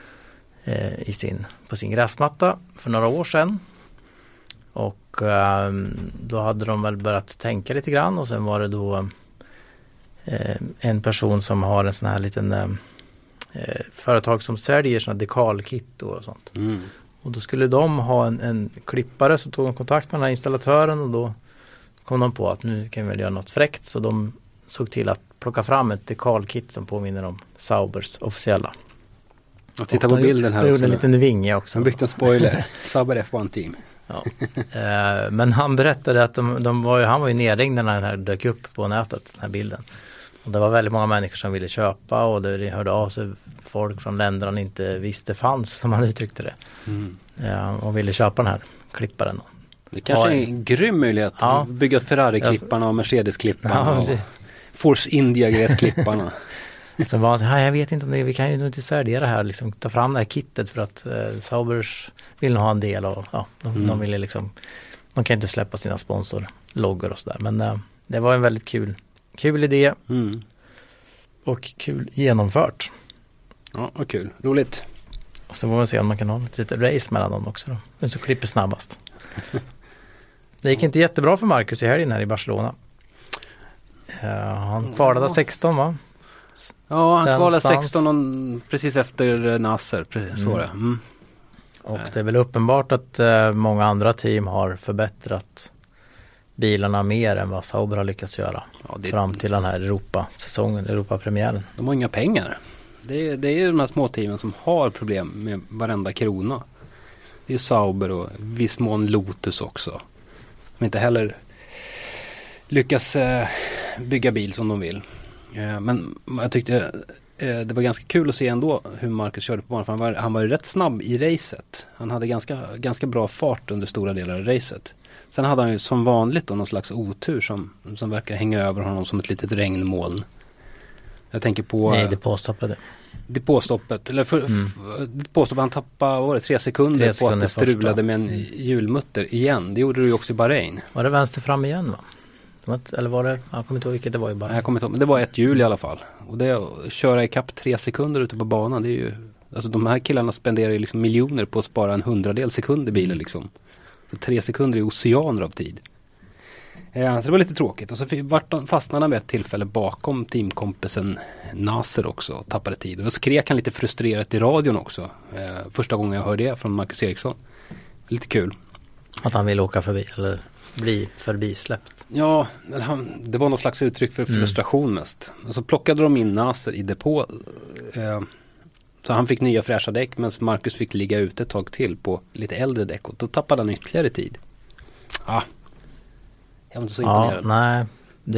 Speaker 3: på sin gräsmatta för några år sedan. Och då hade de väl börjat tänka lite grann och sen var det då en person som har en sån här liten företag som säljer såna dekalkit och sånt. Och då skulle de ha en klippare, så tog de kontakt med den här installatören och då kom de på att nu kan vi väl göra något fräckt, så de såg till att plocka fram ett dekalkit som påminner om Saubers officiella.
Speaker 2: Och titta på bilden här
Speaker 3: också. De
Speaker 2: gjorde
Speaker 3: en liten vinge också.
Speaker 2: De byggt en spoiler. Sauber F1 Team.
Speaker 3: Ja. Men han berättade att han var ju nedringd när den här dök upp på nätet, den här bilden. Och det var väldigt många människor som ville köpa och det hörde av sig folk från länder han inte visste fanns, som han uttryckte det. Och ville köpa den här klipparen.
Speaker 2: Det kanske är en grym möjlighet att bygga Ferrari-klipparna och Mercedes-klipparna och Force India-gräsklipparna.
Speaker 3: Så var han jag vet inte om vi kan ju nog inte sälja det här, liksom, ta fram det här kittet för att Saubers vill nog ha en del och de ville liksom, de kan inte släppa sina sponsorloggor och sådär, men det var en väldigt kul idé och kul genomfört.
Speaker 2: Ja, vad kul, roligt.
Speaker 3: Och så får man se om man kan ha ett litet race mellan dem också då. Den som klipper snabbast. Det gick inte jättebra för Marcus i helgen här i Barcelona. Han kvalade 16 va?
Speaker 2: Ja, han kvalade 16 precis efter Nasser. Precis, så det.
Speaker 3: Och det är väl uppenbart att många andra team har förbättrat bilarna mer än vad Sauber har lyckats göra. Fram till den här Europapremiären.
Speaker 2: De har inga pengar. Det är ju de här små teamen som har problem med varenda krona. Det är Sauber och viss mån Lotus också. Som inte heller lyckas bygga bil som de vill. Men jag tyckte det var ganska kul att se ändå hur Marcus körde på banan. För han var ju rätt snabb i racet. Han hade ganska bra fart under stora delar av racet. Sen hade han ju som vanligt då någon slags otur som verkar hänga över honom som ett litet regnmoln. Jag tänker på...
Speaker 3: Nej, depåstoppet.
Speaker 2: Depåstoppet. Depåstoppet, han tappade 3 sekunder på att det strulade med en hjulmutter igen. Det gjorde du ju också i Bahrain.
Speaker 3: Var det vänster fram igen va? Eller var det, jag kommer inte ihåg vilket det var i Bahrain.
Speaker 2: Jag kommer inte ihåg, men det var ett hjul i alla fall. Och det att köra i kapp 3 sekunder ute på banan, det är ju... Alltså de här killarna spenderar ju liksom miljoner på att spara en 100-del sekund i bilen liksom. Så 3 sekunder är oceaner av tid. Så det var lite tråkigt. Och så fastnade han vid ett tillfälle bakom teamkompisen Nasser också och tappade tid. Och då skrek han lite frustrerat i radion också. Första gången jag hörde det från Marcus Eriksson. Lite kul.
Speaker 3: Att han vill åka förbi eller bli förbisläppt.
Speaker 2: Ja, det var något slags uttryck för frustration mest. Och så plockade de in Nasser i depå. Så han fick nya fräscha däck medan Marcus fick ligga ute ett tag till på lite äldre däck. Och då tappade han ytterligare tid. Jag var inte så imponerad.
Speaker 3: Nej,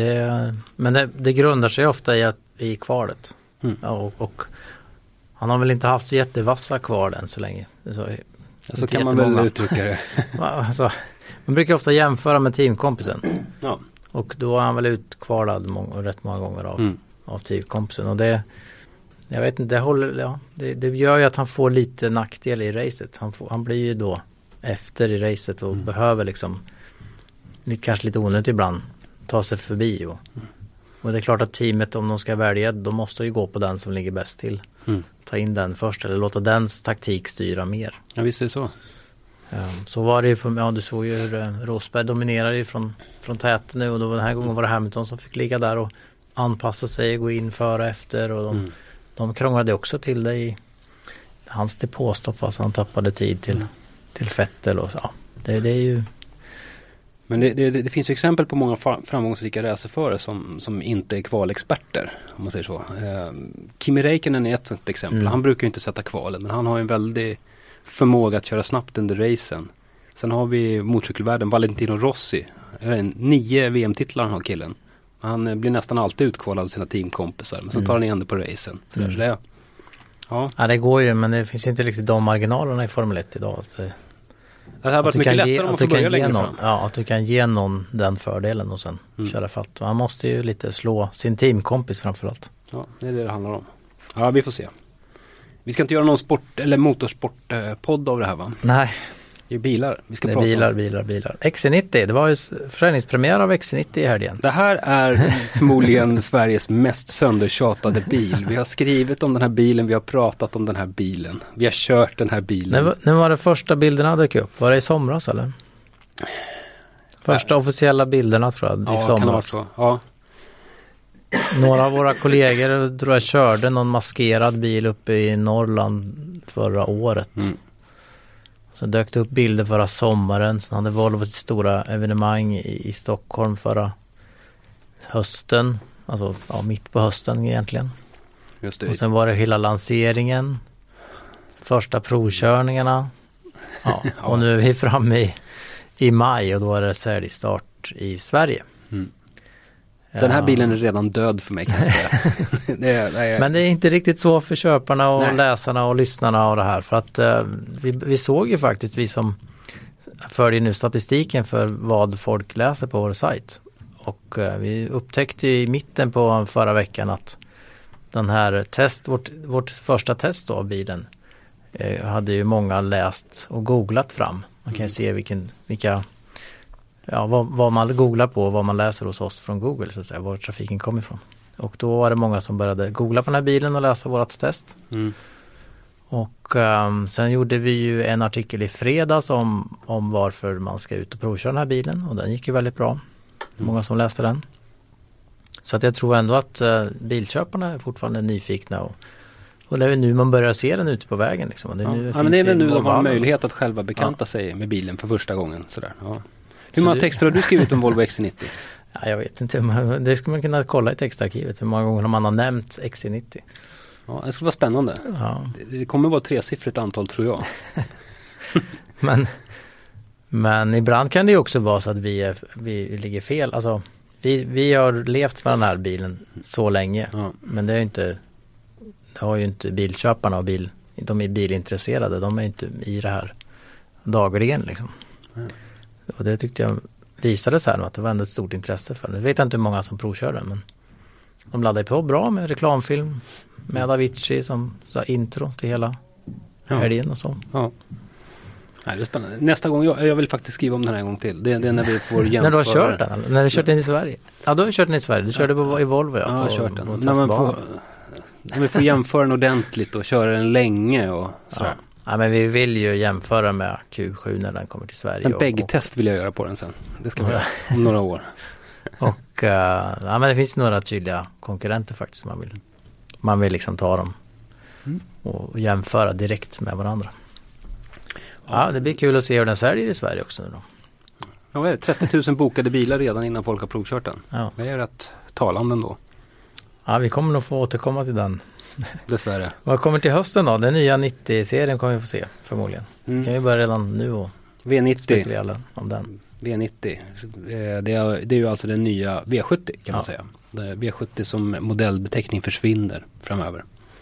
Speaker 3: men det grundar sig ofta i kvalet. Ja, och han har väl inte haft så jättevassa kval än så länge.
Speaker 2: Så kan man väl uttrycka det.
Speaker 3: Alltså, man brukar ofta jämföra med teamkompisen.
Speaker 2: Ja.
Speaker 3: Och då är han väl utkvalad rätt många gånger av teamkompisen. Och det, jag vet inte, det gör ju att han får lite nackdel i racet. Han blir ju då efter i racet och behöver liksom kanske lite onödigt ibland ta sig förbi. Och det är klart att teamet, om de ska välja, då måste ju gå på den som ligger bäst till. Ta in den först eller låta dens taktik styra mer.
Speaker 2: Ja, visst är det så.
Speaker 3: Så var det ju, du såg ju hur Rosberg dominerade ju från täten nu och då den här gången var det Hamilton som fick ligga där och anpassa sig, gå in före och efter och de krånglade också till det i hans depåstopp fast han tappade tid till Vettel och så. Det är ju...
Speaker 2: Men det finns ju exempel på många framgångsrika racerförare som inte är kvalexperter, om man säger så. Kimi Räikkönen är ett sånt exempel. Han brukar ju inte sätta kvalen, men han har en väldig förmåga att köra snabbt under racen. Sen har vi motorcykelvärlden Valentino Rossi. 9 VM-titlar han har killen. Han blir nästan alltid utkvalad av sina teamkompisar, men så tar han igen det på racen. Så det,
Speaker 3: ja, det går ju, men det finns inte riktigt de marginalerna i Formel 1 idag.
Speaker 2: Det hade varit mycket lättare om man får börja längre fram.
Speaker 3: Ja, att du kan ge någon den fördelen och sen köra fatt. Och han måste ju lite slå sin teamkompis framförallt.
Speaker 2: Ja, det är det handlar om. Ja, vi får se. Vi ska inte göra någon sport eller motorsportpodd av det här, va?
Speaker 3: Nej.
Speaker 2: Det är bilar. Vi ska
Speaker 3: det är
Speaker 2: prata
Speaker 3: bilar. XC90, det var ju försäljningspremiär av XC90 i helgen.
Speaker 2: Det här är förmodligen Sveriges mest söndertjatade bil. Vi har skrivit om den här bilen, vi har pratat om den här bilen. Vi har kört den här bilen.
Speaker 3: När var det första bilderna dök upp? Var det i somras eller? Första officiella bilderna tror jag i somras.
Speaker 2: Kan det vara så. Ja.
Speaker 3: Några av våra kollegor tror jag körde någon maskerad bil uppe i Norrland förra året. Så dök det upp bilder förra sommaren. Sen hade Volvo ett stora evenemang i Stockholm förra hösten. Alltså mitt på hösten egentligen.
Speaker 2: Just det.
Speaker 3: Och sen var det hela lanseringen. Första provkörningarna. Ja, och nu är vi framme i maj och då är det säljstart i Sverige.
Speaker 2: Den här bilen är redan död för mig, kan jag säga.
Speaker 3: Men det är inte riktigt så för köparna och läsarna och lyssnarna och det här. För att vi såg ju faktiskt, vi som följer nu statistiken för vad folk läser på vår sajt. Och vi upptäckte i mitten på förra veckan att den här vårt första test då av bilen hade ju många läst och googlat fram. Man kan ju se vad man googlar på och vad man läser hos oss från Google, så att säga, var trafiken kommer ifrån. Och då var det många som började googla på den här bilen och läsa vårt test. Och sen gjorde vi ju en artikel i fredags om varför man ska ut och provköra den här bilen, och den gick ju väldigt bra. Många som läste den. Så att jag tror ändå att bilköparna är fortfarande nyfikna och det är nu man börjar se den ute på vägen. Liksom.
Speaker 2: Men det är väl nu de har möjlighet att själva bekanta sig med bilen för första gången. Sådär. Ja. Hur många texter har du skrivit om Volvo XC90?
Speaker 3: Ja, jag vet inte. Det skulle man kunna kolla i textarkivet. Hur många gånger man har nämnt XC90.
Speaker 2: Ja, det skulle vara spännande.
Speaker 3: Ja.
Speaker 2: Det kommer vara 3-siffrigt antal, tror jag.
Speaker 3: Men ibland kan det ju också vara så att vi ligger fel. Alltså, vi har levt med den här bilen så länge. Ja. Men det har ju inte bilköparna och de är bilintresserade. De är inte i det här dagligen liksom. Och det tyckte jag visade så här att det var ändå ett stort intresse för det. Jag vet inte hur många som provkörde, men de laddade på bra med reklamfilm med Avicii som så intro till hela helgen och så. Ja.
Speaker 2: Nej, det är spännande. Nästa gång, jag vill faktiskt skriva om den här en gång till. Det är när vi får jämföra.
Speaker 3: När du har kört den? När du har kört den i Sverige? Ja, då har du kört den i Sverige. Du körde i Volvo,
Speaker 2: ja. Ja, jag har kört den. När vi får jämföra den ordentligt och köra den länge och sådär.
Speaker 3: Ja, men vi vill ju jämföra med Q7 när den kommer till Sverige.
Speaker 2: En bäggtest vill jag göra på den sen. Det ska vi göra om några år.
Speaker 3: Och men det finns några tydliga konkurrenter faktiskt. Man vill liksom ta dem och jämföra direkt med varandra. Ja, det blir kul att se hur den säljer i Sverige också nu då.
Speaker 2: Ja, vad är det? 30 000 bokade bilar redan innan folk har provkört den. Ja. Det är rätt talande då.
Speaker 3: Ja, vi kommer nog få återkomma till den.
Speaker 2: Dessvärre.
Speaker 3: Vad kommer till hösten då? Den nya 90-serien kommer vi få se förmodligen. Kan vi börja redan nu och spekulera om den.
Speaker 2: V90. Det är ju alltså den nya V70 kan man säga. V70 som modellbeteckning försvinner framöver.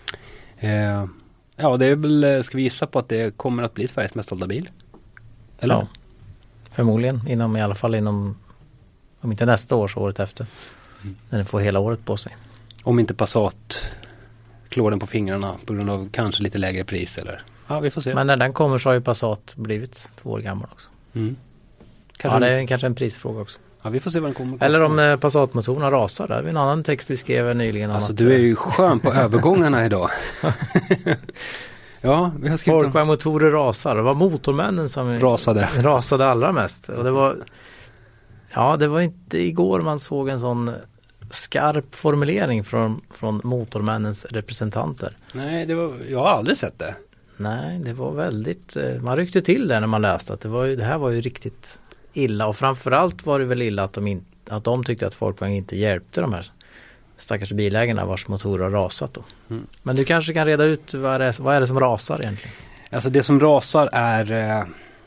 Speaker 2: Ja, det är väl, ska vi gissa på att det kommer att bli Sveriges mest sålda bil? Eller?
Speaker 3: Ja, förmodligen. I alla fall inom, om inte nästa år så året efter. När den får hela året på sig.
Speaker 2: Om inte Passat klår den på fingrarna på grund av kanske lite lägre pris eller? Ja, vi får se.
Speaker 3: Men när den kommer så har ju Passat blivit 2 år gammal också. Det är kanske en prisfråga också.
Speaker 2: Ja, vi får se vad den kommer.
Speaker 3: Eller om Passat-motorerna rasar. Det är en annan text vi skrev nyligen.
Speaker 2: Alltså du är ju skön på övergångarna idag. Ja, vi har skrivit
Speaker 3: Folkvagn-motorer rasar. Det var motormännen som rasade allra mest. Och det var inte igår man såg en sån skarp formulering från motormännens representanter.
Speaker 2: Nej, jag har aldrig sett det.
Speaker 3: Nej, det var väldigt, man ryckte till det när man läste att det här var ju riktigt illa, och framförallt var det väl illa att de tyckte att Folkvagn inte hjälpte de här stackars bilägarna vars motorer har rasat då. Men du kanske kan reda ut vad är det som rasar egentligen? Alltså
Speaker 2: det som rasar är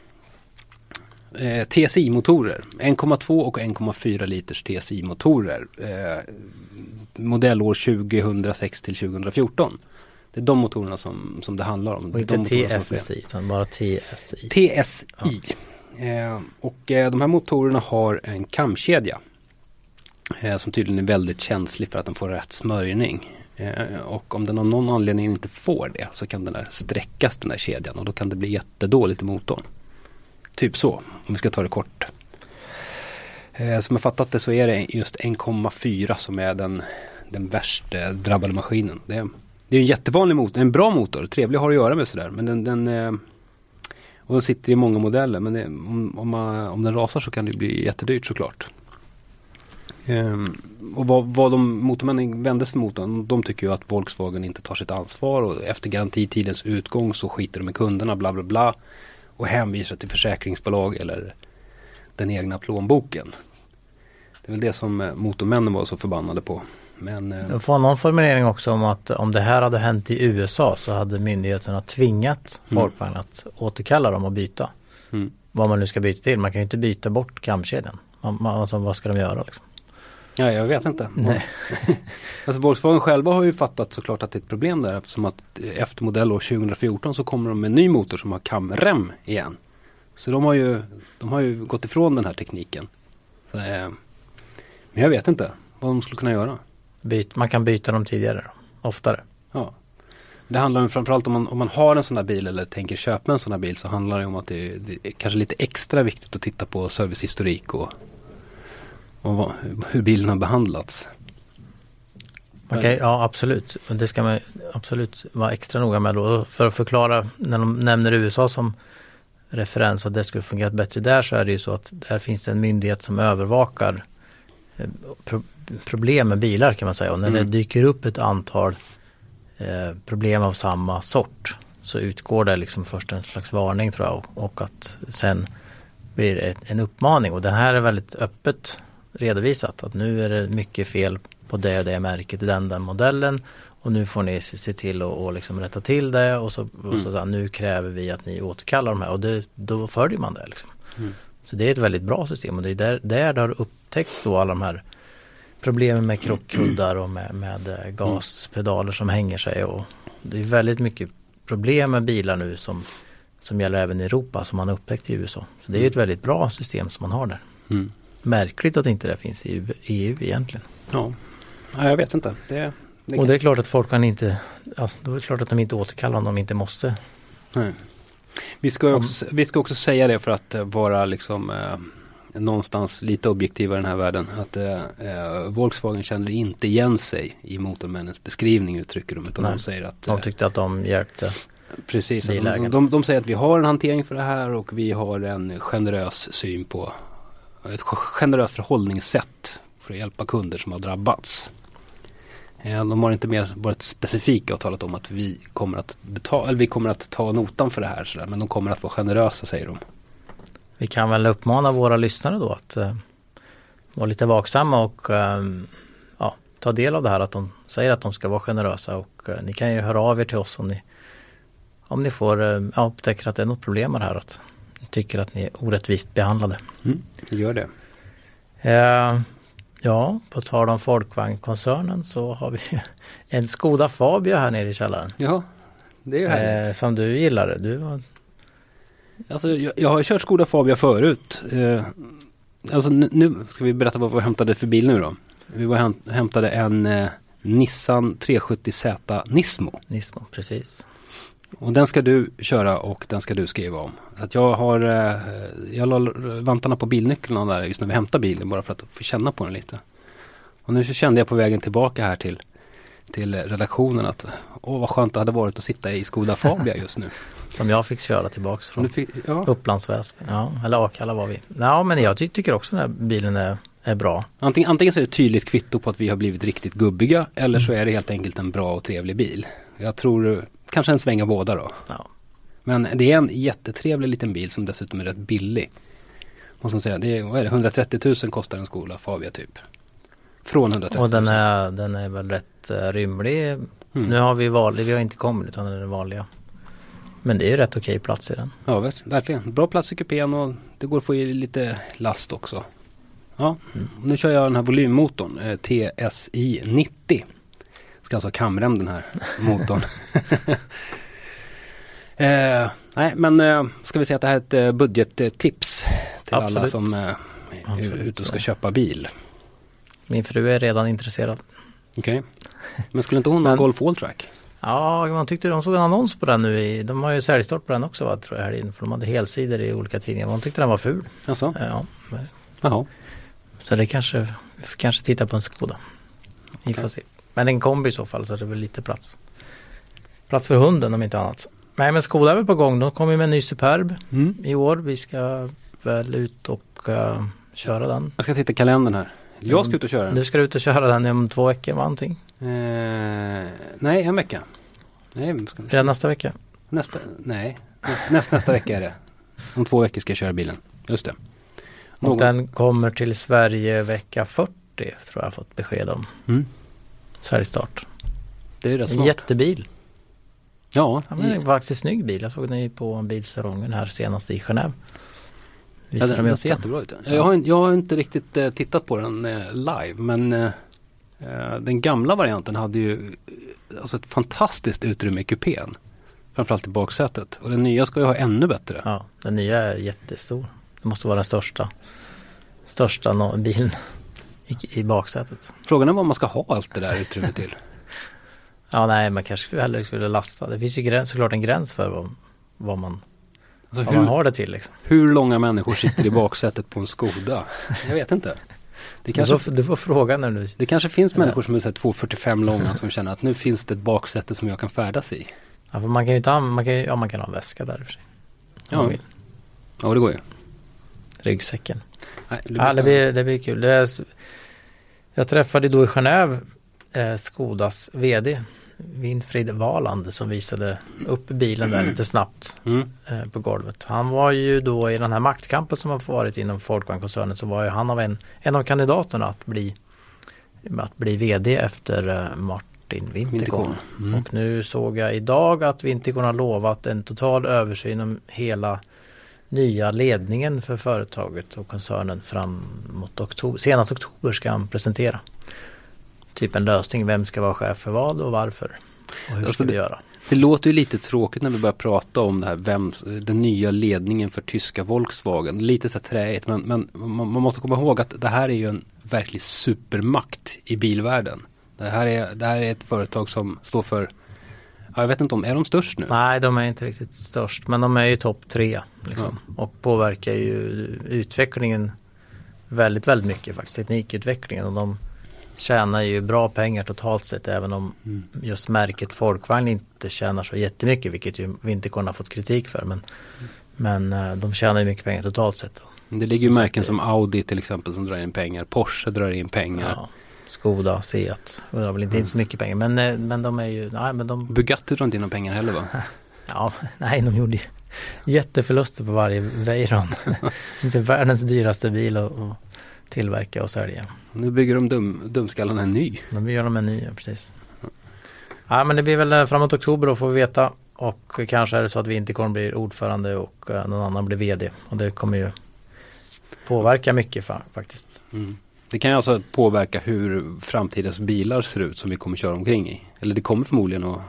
Speaker 2: TSI-motorer. 1,2 och 1,4 liters TSI-motorer. Modellår 2006 till 2014. Det är de motorerna som det handlar om.
Speaker 3: Och inte TFSI utan bara TSI.
Speaker 2: TSI. Ja. Och de här motorerna har en kamkedja som tydligen är väldigt känslig för att den får rätt smörjning. Och om den av någon anledning inte får det så kan den där sträckas, den där kedjan, och då kan det bli jättedåligt i motorn. Typ så, om vi ska ta det kort. Som jag fattat det så är det just 1,4 som är den värst drabbade maskinen. Det är en jättevanlig motor, en bra motor, trevlig har att göra med sådär. Men och den sitter i många modeller, men om den rasar så kan det bli jättedyrt såklart. Och vad de motormännen vände sig mot, de tycker ju att Volkswagen inte tar sitt ansvar, och efter garantitidens utgång så skiter de med kunderna, bla bla bla, och hänvisar till försäkringsbolag eller den egna plånboken. Det är väl det som motormännen var så förbannade på. Men,
Speaker 3: Jag får någon formulering också om att om det här hade hänt i USA så hade myndigheterna tvingat folkvagn att återkalla dem och byta. Vad man nu ska byta till. Man kan ju inte byta bort kamkedjan. Alltså, vad ska de göra liksom?
Speaker 2: Ja, jag vet inte.
Speaker 3: Nej.
Speaker 2: Alltså Volkswagen själva har ju fattat såklart att det är ett problem där, eftersom att efter modellår 2014 så kommer de med en ny motor som har kamrem igen. Så de har ju gått ifrån den här tekniken. Så, men jag vet inte vad de skulle kunna göra.
Speaker 3: Man kan byta dem tidigare då, oftare.
Speaker 2: Ja. Det handlar om framförallt om man har en sån här bil eller tänker köpa en sån här bil, så handlar det om att det är kanske lite extra viktigt att titta på servicehistorik och hur bilen har behandlats.
Speaker 3: Okej, ja absolut. Det ska man absolut vara extra noga med då. För att förklara, när de nämner USA som referens att det skulle fungerat bättre där, så är det ju så att där finns det en myndighet som övervakar problem med bilar kan man säga. Och när det dyker upp ett antal problem av samma sort så utgår det liksom först en slags varning tror jag, och att sen blir det en uppmaning. Och den här är väldigt öppet redovisat att nu är det mycket fel på det märket i den modellen och nu får ni se till att liksom rätta till det och så nu kräver vi att ni återkallar de här och då följer man det liksom. Så det är ett väldigt bra system och det är där det har upptäckts då alla de här problemen med krockkuddar och med gaspedaler som hänger sig, och det är väldigt mycket problem med bilar nu som gäller även i Europa som man har upptäckt i USA. Så det är ett väldigt bra system som man har där. Märkligt att inte det finns i EU egentligen.
Speaker 2: Ja, jag vet inte.
Speaker 3: Och det är klart att folk kan inte, alltså, då är det klart att de inte återkallar om de inte måste.
Speaker 2: Nej. Vi ska också säga det för att vara liksom någonstans lite objektiva i den här världen, att Volkswagen känner inte igen sig i Motormännens beskrivning, uttrycker de, utan de säger att
Speaker 3: de tyckte att de hjälpte.
Speaker 2: Precis, de säger att vi har en hantering för det här och vi har en generös syn på ett generöst förhållningssätt för att hjälpa kunder som har drabbats. De har inte mer varit specifika och talat om att vi kommer att ta notan för det här sådär, men de kommer att vara generösa, säger de.
Speaker 3: Vi kan väl uppmana våra lyssnare då att vara lite vaksamma och ta del av det här, att de säger att de ska vara generösa, och ni kan ju höra av er till oss om ni får upptäcker att det är något problem med det här, att ni tycker att ni är orättvist behandlade.
Speaker 2: Gör det.
Speaker 3: Ja, på tal om Folkvagn-koncernen så har vi en Skoda Fabia här nere i källaren.
Speaker 2: Ja, det är ju härligt.
Speaker 3: Som du gillade.
Speaker 2: Alltså, jag har kört Skoda Fabia förut. Alltså nu ska vi berätta vad vi hämtade för bil nu då. Vi hämtade en Nissan 370Z Nismo.
Speaker 3: Nismo, precis.
Speaker 2: Och den ska du köra och den ska du skriva om. Så att jag la vantarna på bilnycklarna där just när vi hämtade bilen, bara för att få känna på den lite. Och nu så kände jag på vägen tillbaka här till redaktionen att vad skönt det hade varit att sitta i Skoda Fabia just nu.
Speaker 3: Som jag fick köra tillbaks från Upplands Väsby. Ja, eller Akalla var vi. Ja, men jag tycker också den här bilen är bra.
Speaker 2: Antingen så är det ett tydligt kvitto på att vi har blivit riktigt gubbiga, eller så är det helt enkelt en bra och trevlig bil. Jag tror kanske en sväng av båda då. Ja. Men det är en jättetrevlig liten bil som dessutom är rätt billig. Måste man säga. Vad är det? 130 000 kostar en Skoda Fabia typ. Från 130 000.
Speaker 3: Och den är väl rätt rymlig. Nu har vi har inte kommit utan den är vanliga. Men det är ju rätt okej plats i den. Ja,
Speaker 2: verkligen. Bra plats i kupén och det går att få i lite last också. Ja, nu kör jag den här volymmotorn, TSI 90. Ska alltså kamrem den här motorn. Nej, men ska vi säga att det här är ett budgettips till alla som är ute och ska köpa bil.
Speaker 3: Min fru är redan intresserad.
Speaker 2: Okej. Men skulle inte hon ha Golf All-Track?
Speaker 3: Ja, man tyckte de såg en annons på den nu. De har ju säljstart på den också, tror jag, här inne. För de hade helsidor i olika tidningar. Man tyckte den var ful.
Speaker 2: Alltså?
Speaker 3: Ja.
Speaker 2: Jaha.
Speaker 3: Så det vi får kanske titta på en Skoda. Vi får se. Men en kombi i så fall, så det är väl lite plats. Plats för hunden om inte annat. Nej, men Skoda är väl på gång. De kommer med en ny Superb i år. Vi ska väl ut och köra den.
Speaker 2: Jag ska titta kalendern här. Jag ska ut och köra den.
Speaker 3: Du ska ut och köra den om 2 veckor, va, någonting?
Speaker 2: Nej, en vecka. Nej,
Speaker 3: redan nästa vecka?
Speaker 2: Nästa vecka är det. Om 2 veckor ska jag köra bilen. Just det.
Speaker 3: Och den kommer till Sverige vecka 40, tror jag fått besked om. säljstart.
Speaker 2: Det är rätt
Speaker 3: En
Speaker 2: smart.
Speaker 3: jättebil.
Speaker 2: Ja,
Speaker 3: Ja, men det var faktiskt en snygg bil. Jag såg den ju på bilsalongen här senast i Genève.
Speaker 2: ja, den ser jättebra ut. Jag har inte riktigt tittat på den live, men den gamla varianten hade ju alltså ett fantastiskt utrymme i kupén. Framförallt i baksätet. Och den nya ska ju ha ännu bättre.
Speaker 3: Ja, den nya är jättestor. Det måste vara den största bilen i baksätet.
Speaker 2: Frågan är vad man ska ha allt det där utrymmet till.
Speaker 3: Ja, nej, man kanske hellre skulle lasta. Det finns ju såklart en gräns för vad man har det till. Liksom.
Speaker 2: Hur långa människor sitter i baksätet på en Skoda? Jag vet inte.
Speaker 3: Du får fråga när du...
Speaker 2: Det kanske finns människor som är 2,45 långa som känner att nu finns det ett baksäte som jag kan färdas i.
Speaker 3: Ja, för man kan ju inte man kan ha en väska där i och för sig.
Speaker 2: Ja, det går ju.
Speaker 3: Ryggsäcken.
Speaker 2: Nej,
Speaker 3: det blir kul. Jag träffade då i Genève Skodas vd Winfried Valand som visade upp bilen där lite snabbt på golvet. Han var ju då i den här maktkampen som har varit inom Volkswagen-koncernen, så var ju han av en av kandidaterna att bli vd efter Martin Winterkorn. Och nu såg jag idag att Winterkorn har lovat en total översyn om hela nya ledningen för företaget och koncernen fram mot senast oktober ska han presentera. Typ en lösning, vem ska vara chef för vad och varför och hur ska vi göra.
Speaker 2: Det låter ju lite tråkigt när vi börjar prata om det här, den nya ledningen för tyska Volkswagen. Lite så träigt, men man måste komma ihåg att det här är ju en verklig supermakt i bilvärlden. Det här är ett företag som står för, jag vet inte om, är de störst nu?
Speaker 3: Nej, de är inte riktigt störst, men de är ju topp 3 liksom, och påverkar ju utvecklingen väldigt, väldigt mycket faktiskt, teknikutvecklingen, och de tjänar ju bra pengar totalt sett, även om just märket Volkswagen inte tjänar så jättemycket, vilket ju Winterkorn har fått kritik för, men de tjänar ju mycket pengar totalt sett.
Speaker 2: Det ligger ju märken som Audi till exempel som drar in pengar, Porsche drar in pengar.
Speaker 3: Ja, Skoda, Seat, och det har väl inte så mycket pengar, men de är ju,
Speaker 2: Bugatti drar inte in några pengar heller, va?
Speaker 3: Ja, nej, de gjorde ju jätteförluster på varje Veyron. Inte världens dyraste bil att tillverka och sälja.
Speaker 2: Nu bygger de dumskallarna en ny.
Speaker 3: Nu gör de en ny, ja, precis. Ja, men det blir väl framåt oktober då, får vi veta. Och kanske är det så att Winterkorn blir ordförande och någon annan blir vd. Och det kommer ju påverka mycket faktiskt.
Speaker 2: Det kan ju alltså påverka hur framtidens bilar ser ut som vi kommer köra omkring i. Eller det kommer förmodligen att...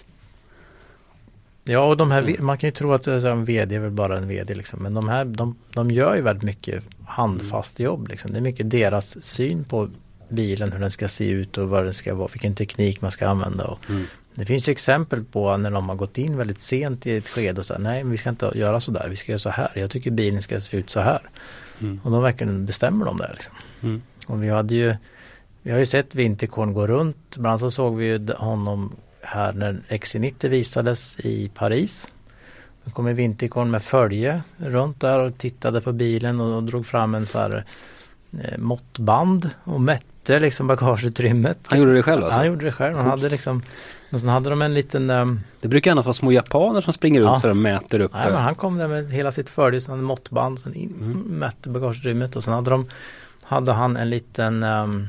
Speaker 3: Ja, och de här, man kan ju tro att en vd är väl bara en vd liksom. Men de här, de gör ju väldigt mycket handfast jobb liksom. Det är mycket deras syn på bilen, hur den ska se ut och vad det ska vara, vilken teknik man ska använda. Och det finns ju exempel på när de har gått in väldigt sent i ett skede och sagt, nej, men vi ska inte göra så där, vi ska göra så här. Jag tycker bilen ska se ut så här. Och de verkligen bestämmer de där liksom. Och vi har ju sett Winterkorn gå runt. Bland annat så såg vi ju honom här när XC90 visades i Paris. Då kom Winterkorn med följe runt där och tittade på bilen och drog fram en så här måttband och mätte liksom bagageutrymmet.
Speaker 2: Han gjorde det själv alltså?
Speaker 3: Han gjorde det själv. Han hade liksom, och sen hade de en liten...
Speaker 2: Det brukar gärna vara små japaner som springer ut så de mäter upp.
Speaker 3: Nej, men han kom där med hela sitt följe, så han hade måttband, sen mätte bagageutrymmet och sen hade han en liten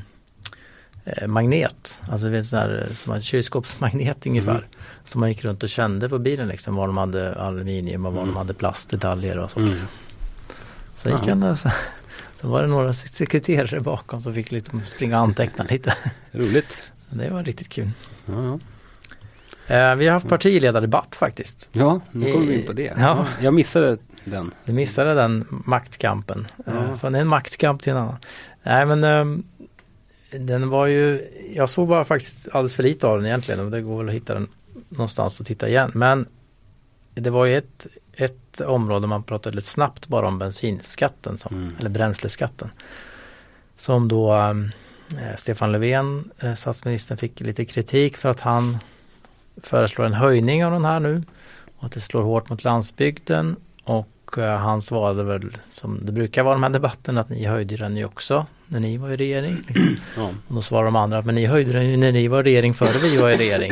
Speaker 3: magnet, alltså det är så här, som en kylskåpsmagnet ungefär, som man gick runt och kände på bilen liksom, var de hade aluminium och var de hade plastdetaljer och så. Liksom. Så gick han där, så var det några sekreterare bakom som fick lite springa och anteckna lite.
Speaker 2: Roligt.
Speaker 3: Det var riktigt kul.
Speaker 2: Ja.
Speaker 3: Vi har haft partiledardebatt faktiskt.
Speaker 2: Ja, nu kommer vi in på det.
Speaker 3: Ja.
Speaker 2: Jag missade den.
Speaker 3: Du missade den maktkampen. Från en maktkamp till en annan. Nej, men den var ju, jag såg bara faktiskt alldeles för lite av den egentligen, och det går väl att hitta den någonstans och titta igen. Men det var ju ett område man pratade lite snabbt bara om bensinskatten, eller bränsleskatten. Som då Stefan Löfven, statsministern, fick lite kritik för att han föreslår en höjning av den här nu. Och att det slår hårt mot landsbygden. Och han svarade väl, som det brukar vara i de här debatten, att ni höjde den ju också när ni var i regering.
Speaker 2: Ja.
Speaker 3: Och då svarar de andra, men ni höjde den ju när ni var i regering före vi var i regering.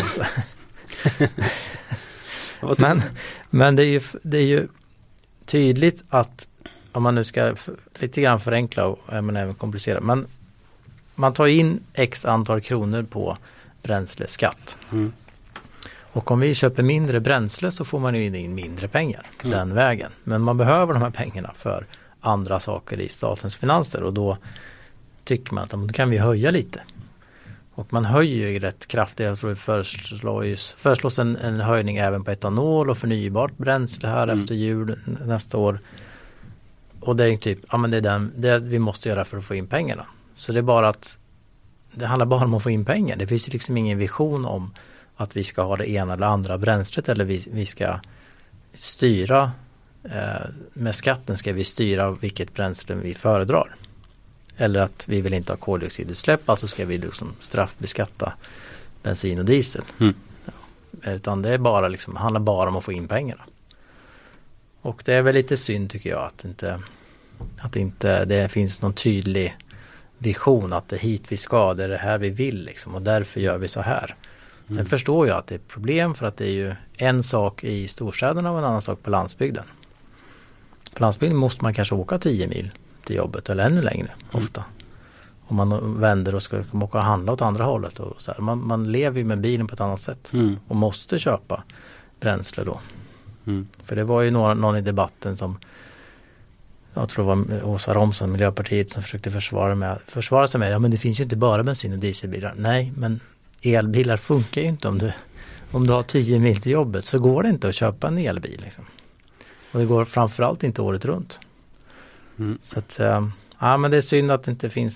Speaker 3: men det är ju tydligt att, om man nu ska lite grann förenkla och även komplicera, men man tar in x antal kronor på bränsleskatt. Och om vi köper mindre bränsle så får man ju in mindre pengar den vägen. Men man behöver de här pengarna för andra saker i statens finanser och då tycker man att då kan vi höja lite. Och man höjer ju rätt kraftigt. Jag tror det föreslås en höjning även på etanol och förnybart bränsle här efter jul nästa år. Och det är typ, ja men det är det vi måste göra för att få in pengarna. Så det är bara att det handlar bara om att få in pengar. Det finns ju liksom ingen vision om att vi ska ha det ena eller andra bränslet eller vi ska styra med skatten ska vi styra vilket bränsle vi föredrar. Eller att vi vill inte ha koldioxidutsläpp, alltså ska vi liksom straffbeskatta bensin och diesel. Utan det är bara liksom, handlar bara om att få in pengarna. Och det är väl lite synd tycker jag att inte det finns någon tydlig vision att det är hit vi ska, det är det här vi vill liksom, och därför gör vi så här. Sen förstår jag att det är ett problem för att det är ju en sak i storstäderna och en annan sak på landsbygden. På landsbygden måste man kanske åka 10 mil till jobbet eller ännu längre ofta. Om man vänder och ska åka och handla åt andra hållet. Och så här. Man lever ju med bilen på ett annat sätt och måste köpa bränsle då. För det var ju någon i debatten som jag tror det var Åsa Romson, Miljöpartiet, som försökte försvara sig med. Ja men det finns ju inte bara bensin- och dieselbilar. Nej, men elbilar funkar ju inte om du har 10 mil till jobbet så går det inte att köpa en elbil liksom. Och det går framförallt inte året runt. Så att, ja men det är synd att det inte finns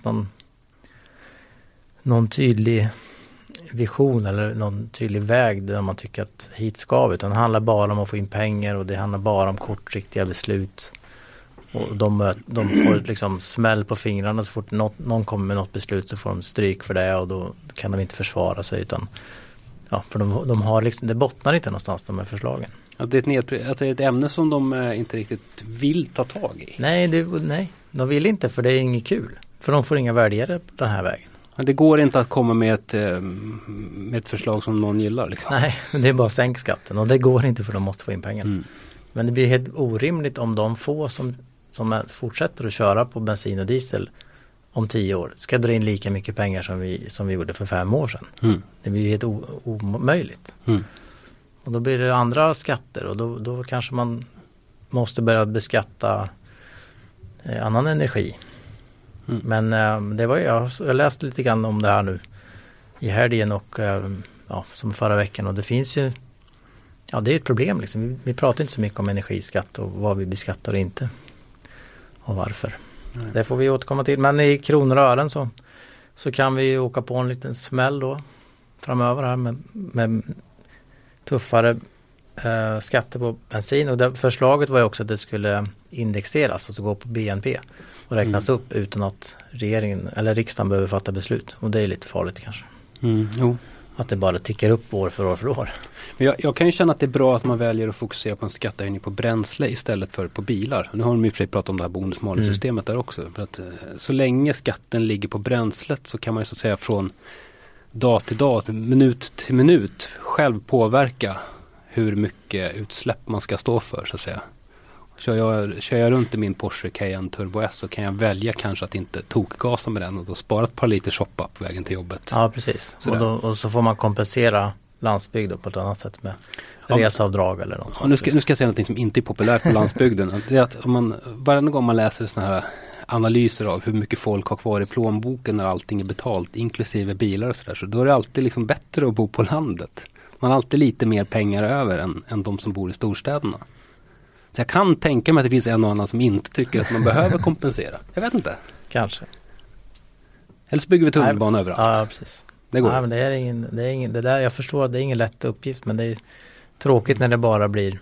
Speaker 3: någon tydlig vision eller någon tydlig väg där man tycker att hit ska vi. Utan det handlar bara om att få in pengar och det handlar bara om kortsiktiga beslut. Och de får liksom smäll på fingrarna så fort någon kommer med något beslut så får de stryk för det och då kan de inte försvara sig utan ja, för de har liksom, det bottnar inte någonstans de här förslagen.
Speaker 2: Att det är ett ämne som de inte riktigt vill ta tag i.
Speaker 3: Nej, de vill inte för det är inget kul. För de får inga väljare på den här vägen.
Speaker 2: Men det går inte att komma med ett förslag som någon gillar. Liksom.
Speaker 3: Nej, det är bara sänk skatten och det går inte för de måste få in pengar. Men det blir helt orimligt om de få som fortsätter att köra på bensin och diesel om 10 år ska dra in lika mycket pengar som vi gjorde för 5 år sedan. Det blir helt omöjligt. Och då blir det andra skatter och då kanske man måste börja beskatta annan energi. Men det var jag läste lite grann om det här nu i helgen och som förra veckan och det finns ju det är ett problem liksom. Vi pratar inte så mycket om energiskatt och vad vi beskattar och inte och varför. Det får vi återkomma till. Men i kronor och ören så kan vi åka på en liten smäll då framöver här med tuffare skatter på bensin. Och förslaget var ju också att det skulle indexeras, alltså gå på BNP och räknas upp utan att regeringen eller riksdagen behöver fatta beslut. Och det är lite farligt kanske.
Speaker 2: Jo.
Speaker 3: Att det bara tickar upp år för år för år.
Speaker 2: Men jag kan ju känna att det är bra att man väljer att fokusera på en skattehöjning på bränsle istället för på bilar. Nu har de i och för sig pratat om det här bonus-malus-systemet där också. För att så länge skatten ligger på bränslet så kan man ju så att säga från dag till dag, minut till minut själv påverka hur mycket utsläpp man ska stå för så att säga. Kör jag runt i min Porsche Cayenne Turbo S så kan jag välja kanske att inte tokgasa med den och då spara ett par liter shoppa på vägen till jobbet.
Speaker 3: Ja, precis. Och så får man kompensera landsbygden på ett annat sätt med reseavdrag eller något sånt.
Speaker 2: Nu ska jag säga något som inte är populärt på landsbygden. Det är att varje gång man läser såna här analyser av hur mycket folk har kvar i plånboken när allting är betalt, inklusive bilar och sådär, så då är det alltid liksom bättre att bo på landet. Man har alltid lite mer pengar över än de som bor i storstäderna. Så jag kan tänka mig att det finns en och annan som inte tycker att man behöver kompensera. Jag vet inte.
Speaker 3: Kanske.
Speaker 2: Eller så bygger vi tunnelbana överallt.
Speaker 3: Ja, precis.
Speaker 2: Det går.
Speaker 3: Nej, men det är ingen, det där, jag förstår att det är ingen lätt uppgift, men det är tråkigt när det bara blir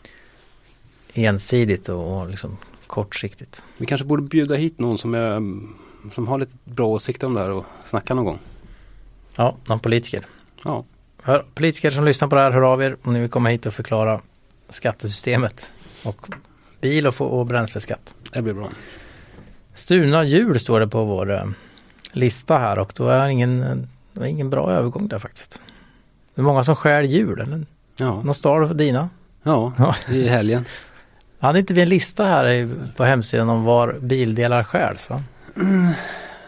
Speaker 3: ensidigt och liksom kortsiktigt.
Speaker 2: Vi kanske borde bjuda hit någon som har lite bra åsikter om det här och snacka någon gång.
Speaker 3: Ja, någon politiker.
Speaker 2: Ja.
Speaker 3: Politiker som lyssnar på det här, hör av er om ni vill komma hit och förklara skattesystemet och bil- och bränsleskatt.
Speaker 2: Det blir bra.
Speaker 3: Stulna hjul står det på vår lista här och då är ingen bra övergång där faktiskt. Det är många som skär hjul, eller?
Speaker 2: Ja.
Speaker 3: Någon star för dina?
Speaker 2: Ja, i helgen.
Speaker 3: Hade inte vi en lista här på hemsidan om var bildelar skärs, va?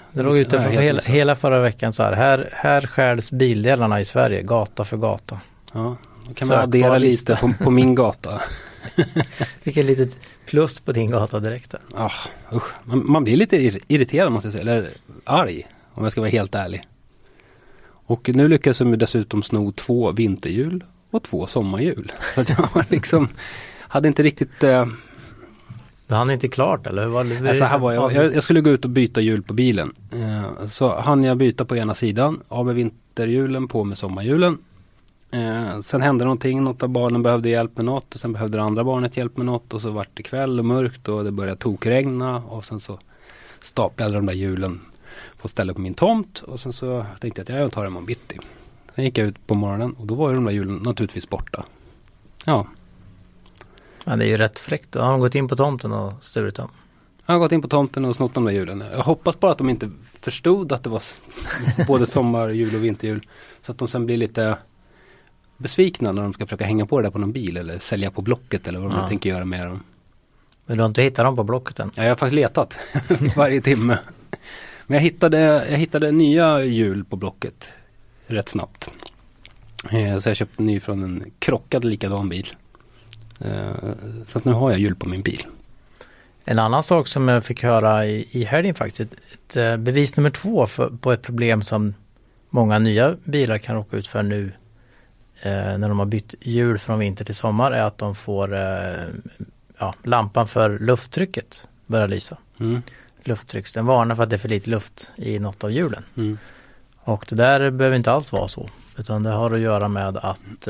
Speaker 3: Det låg ute för hela förra veckan så här skärs bildelarna i Sverige, gata för gata.
Speaker 2: Ja, då kan man addera lite på min gata.
Speaker 3: Vilket litet plus på din gata direkt.
Speaker 2: Man blir lite irriterad måste jag säga, eller arg om jag ska vara helt ärlig. Och nu lyckas jag dessutom sno 2 vinterhjul och 2 sommarhjul. Så att jag liksom hade inte riktigt...
Speaker 3: Du hann inte klart eller? Hur var det?
Speaker 2: Alltså, här var jag skulle gå ut och byta hjul på bilen. Så hann jag byta på ena sidan, av med vinterhjulen, på med sommarhjulen. Sen hände någonting, något av barnen behövde hjälp med något och sen behövde det andra barnet hjälp med något och så var det kväll och mörkt och det började tokregna och sen så staplade de där hjulen på stället på min tomt och sen så tänkte jag att jag tar dem om bitti. Sen gick jag ut på morgonen och då var ju de där hjulen naturligtvis borta. Ja.
Speaker 3: Ja, det är ju rätt fräckt. Har de gått in på tomten och sturit dem?
Speaker 2: Jag har gått in på tomten och snott de där hjulen. Jag hoppas bara att de inte förstod att det var både sommarhjul och vinterhjul så att de sen blir lite besvikna när de ska försöka hänga på det där på någon bil eller sälja på Blocket eller vad de tänker göra med dem.
Speaker 3: Men du har inte hittat dem på Blocket än?
Speaker 2: Ja, jag har faktiskt letat varje timme. Men jag hittade nya hjul på Blocket rätt snabbt. Så jag köpte ny från en krockad likadan bil. Så att nu har jag hjul på min bil.
Speaker 3: En annan sak som jag fick höra i helgen faktiskt. Ett bevis nummer 2 på ett problem som många nya bilar kan råka ut för nu när de har bytt hjul från vinter till sommar är att de får lampan för lufttrycket börjar lysa. Lufttrycks, den varnar för att det är för lite luft i något av hjulen. Och det där behöver inte alls vara så. Utan det har att göra med att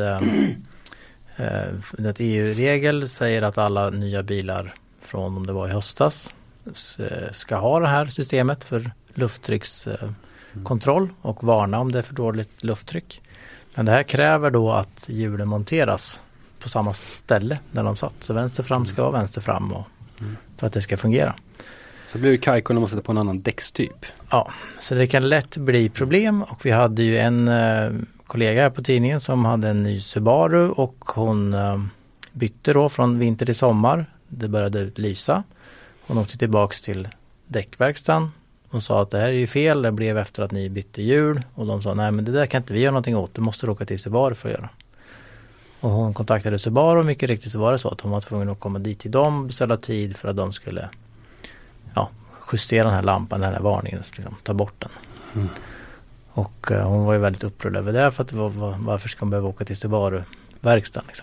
Speaker 3: ett EU-regel säger att alla nya bilar från om det var i höstas ska ha det här systemet för lufttryckskontroll och varna om det är för dåligt lufttryck. Men det här kräver då att hjulen monteras på samma ställe där de satt. Så vänster fram ska vara vänster fram för att det ska fungera.
Speaker 2: Så blir det kajko när man sätter på en annan däckstyp.
Speaker 3: Ja, så det kan lätt bli problem och vi hade ju en kollega här på tidningen som hade en ny Subaru och hon bytte då från vinter till sommar. Det började lysa. Hon åkte tillbaks till däckverkstan och sa att det här är ju fel, det blev efter att ni bytte hjul och de sa nej men det där kan inte vi göra någonting åt, det måste du åka till Subaru för att göra. Och hon kontaktade Subaru och mycket riktigt så var det så att hon var tvungen att komma dit till dem och beställa tid för att de skulle justera den här lampan, den här varningen, liksom, ta bort den. Och hon var ju väldigt upprörd över det för att varför ska hon behöva åka till Subaru-verkstan liksom.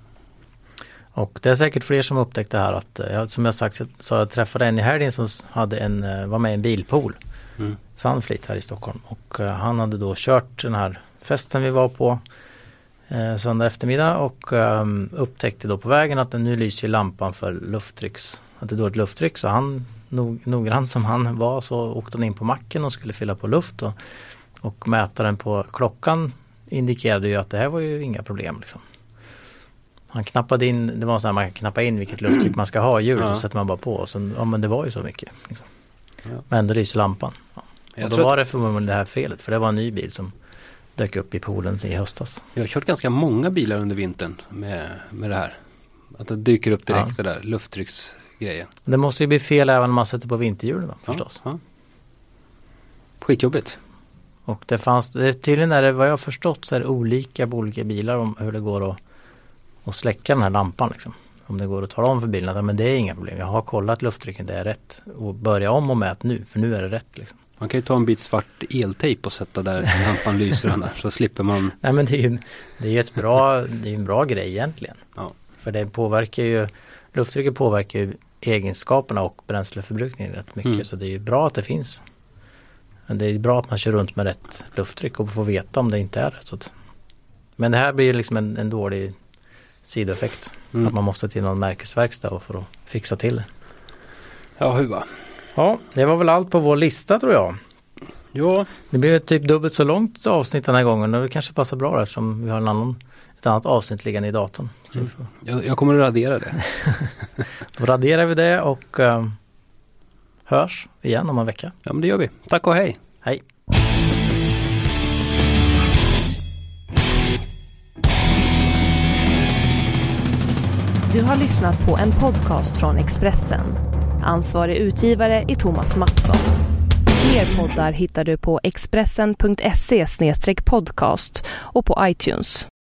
Speaker 3: Och det är säkert fler som upptäckte det här att som jag sagt så jag träffade en i helgen som var med i en bilpool Sunfleet här i Stockholm och han hade då kört den här festen vi var på söndag eftermiddag och upptäckte då på vägen att nu lyser lampan för lufttrycks, att det är dåligt lufttryck så han noggrann som han var så åkte han in på macken och skulle fylla på luft och mätaren på klockan indikerade ju att det här var ju inga problem liksom. Han knappade in, det var så här man kan knappa in vilket lufttryck man ska ha i hjulet och sätter man bara på och så, men det var ju så mycket liksom. Men då lyser lampan. Och då var det förmodligen det här felet för det var en ny bil som dök upp i poolen i höstas.
Speaker 2: Jag har kört ganska många bilar under vintern med det här. Att det dyker upp direkt det där lufttrycksgrejen. Det
Speaker 3: måste ju bli fel även om man sätter på vinterhjulen förstås.
Speaker 2: Ja. Skitjobbigt.
Speaker 3: Och det tydligen är det, vad jag har förstått så är det olika på olika bilar om hur det går att släcka den här lampan liksom. Om det går att tala om för bilen att men det är inga problem. Jag har kollat lufttrycket, det är rätt. Och börja om och mät nu, för nu är det rätt liksom.
Speaker 2: Man kan ju ta en bit svart eltejp och sätta där lampan lyser annars, så slipper man...
Speaker 3: Nej men det är ju en bra grej egentligen. Ja. För det påverkar ju, lufttrycket påverkar ju egenskaperna och bränsleförbrukningen rätt mycket. Så det är ju bra att det finns. Men det är bra att man kör runt med rätt lufttryck och får veta om det inte är det. Så att, men det här blir ju liksom en dålig sidoeffekt. Att man måste till någon märkesverkstad för att fixa till det.
Speaker 2: Ja, huva.
Speaker 3: Ja, det var väl allt på vår lista tror jag.
Speaker 2: Ja.
Speaker 3: Det blev typ dubbelt så långt avsnitt den här gången. Och det kanske passar bra eftersom vi har ett annat avsnitt liggande i datorn.
Speaker 2: Jag kommer att radera det.
Speaker 3: Då raderar vi det och hörs igen om en vecka.
Speaker 2: Ja, men det gör vi. Tack och hej.
Speaker 3: Hej.
Speaker 1: Du har lyssnat på en podcast från Expressen. Ansvarig utgivare är Thomas Mattsson. Fler poddar hittar du på expressen.se/podcast och på iTunes.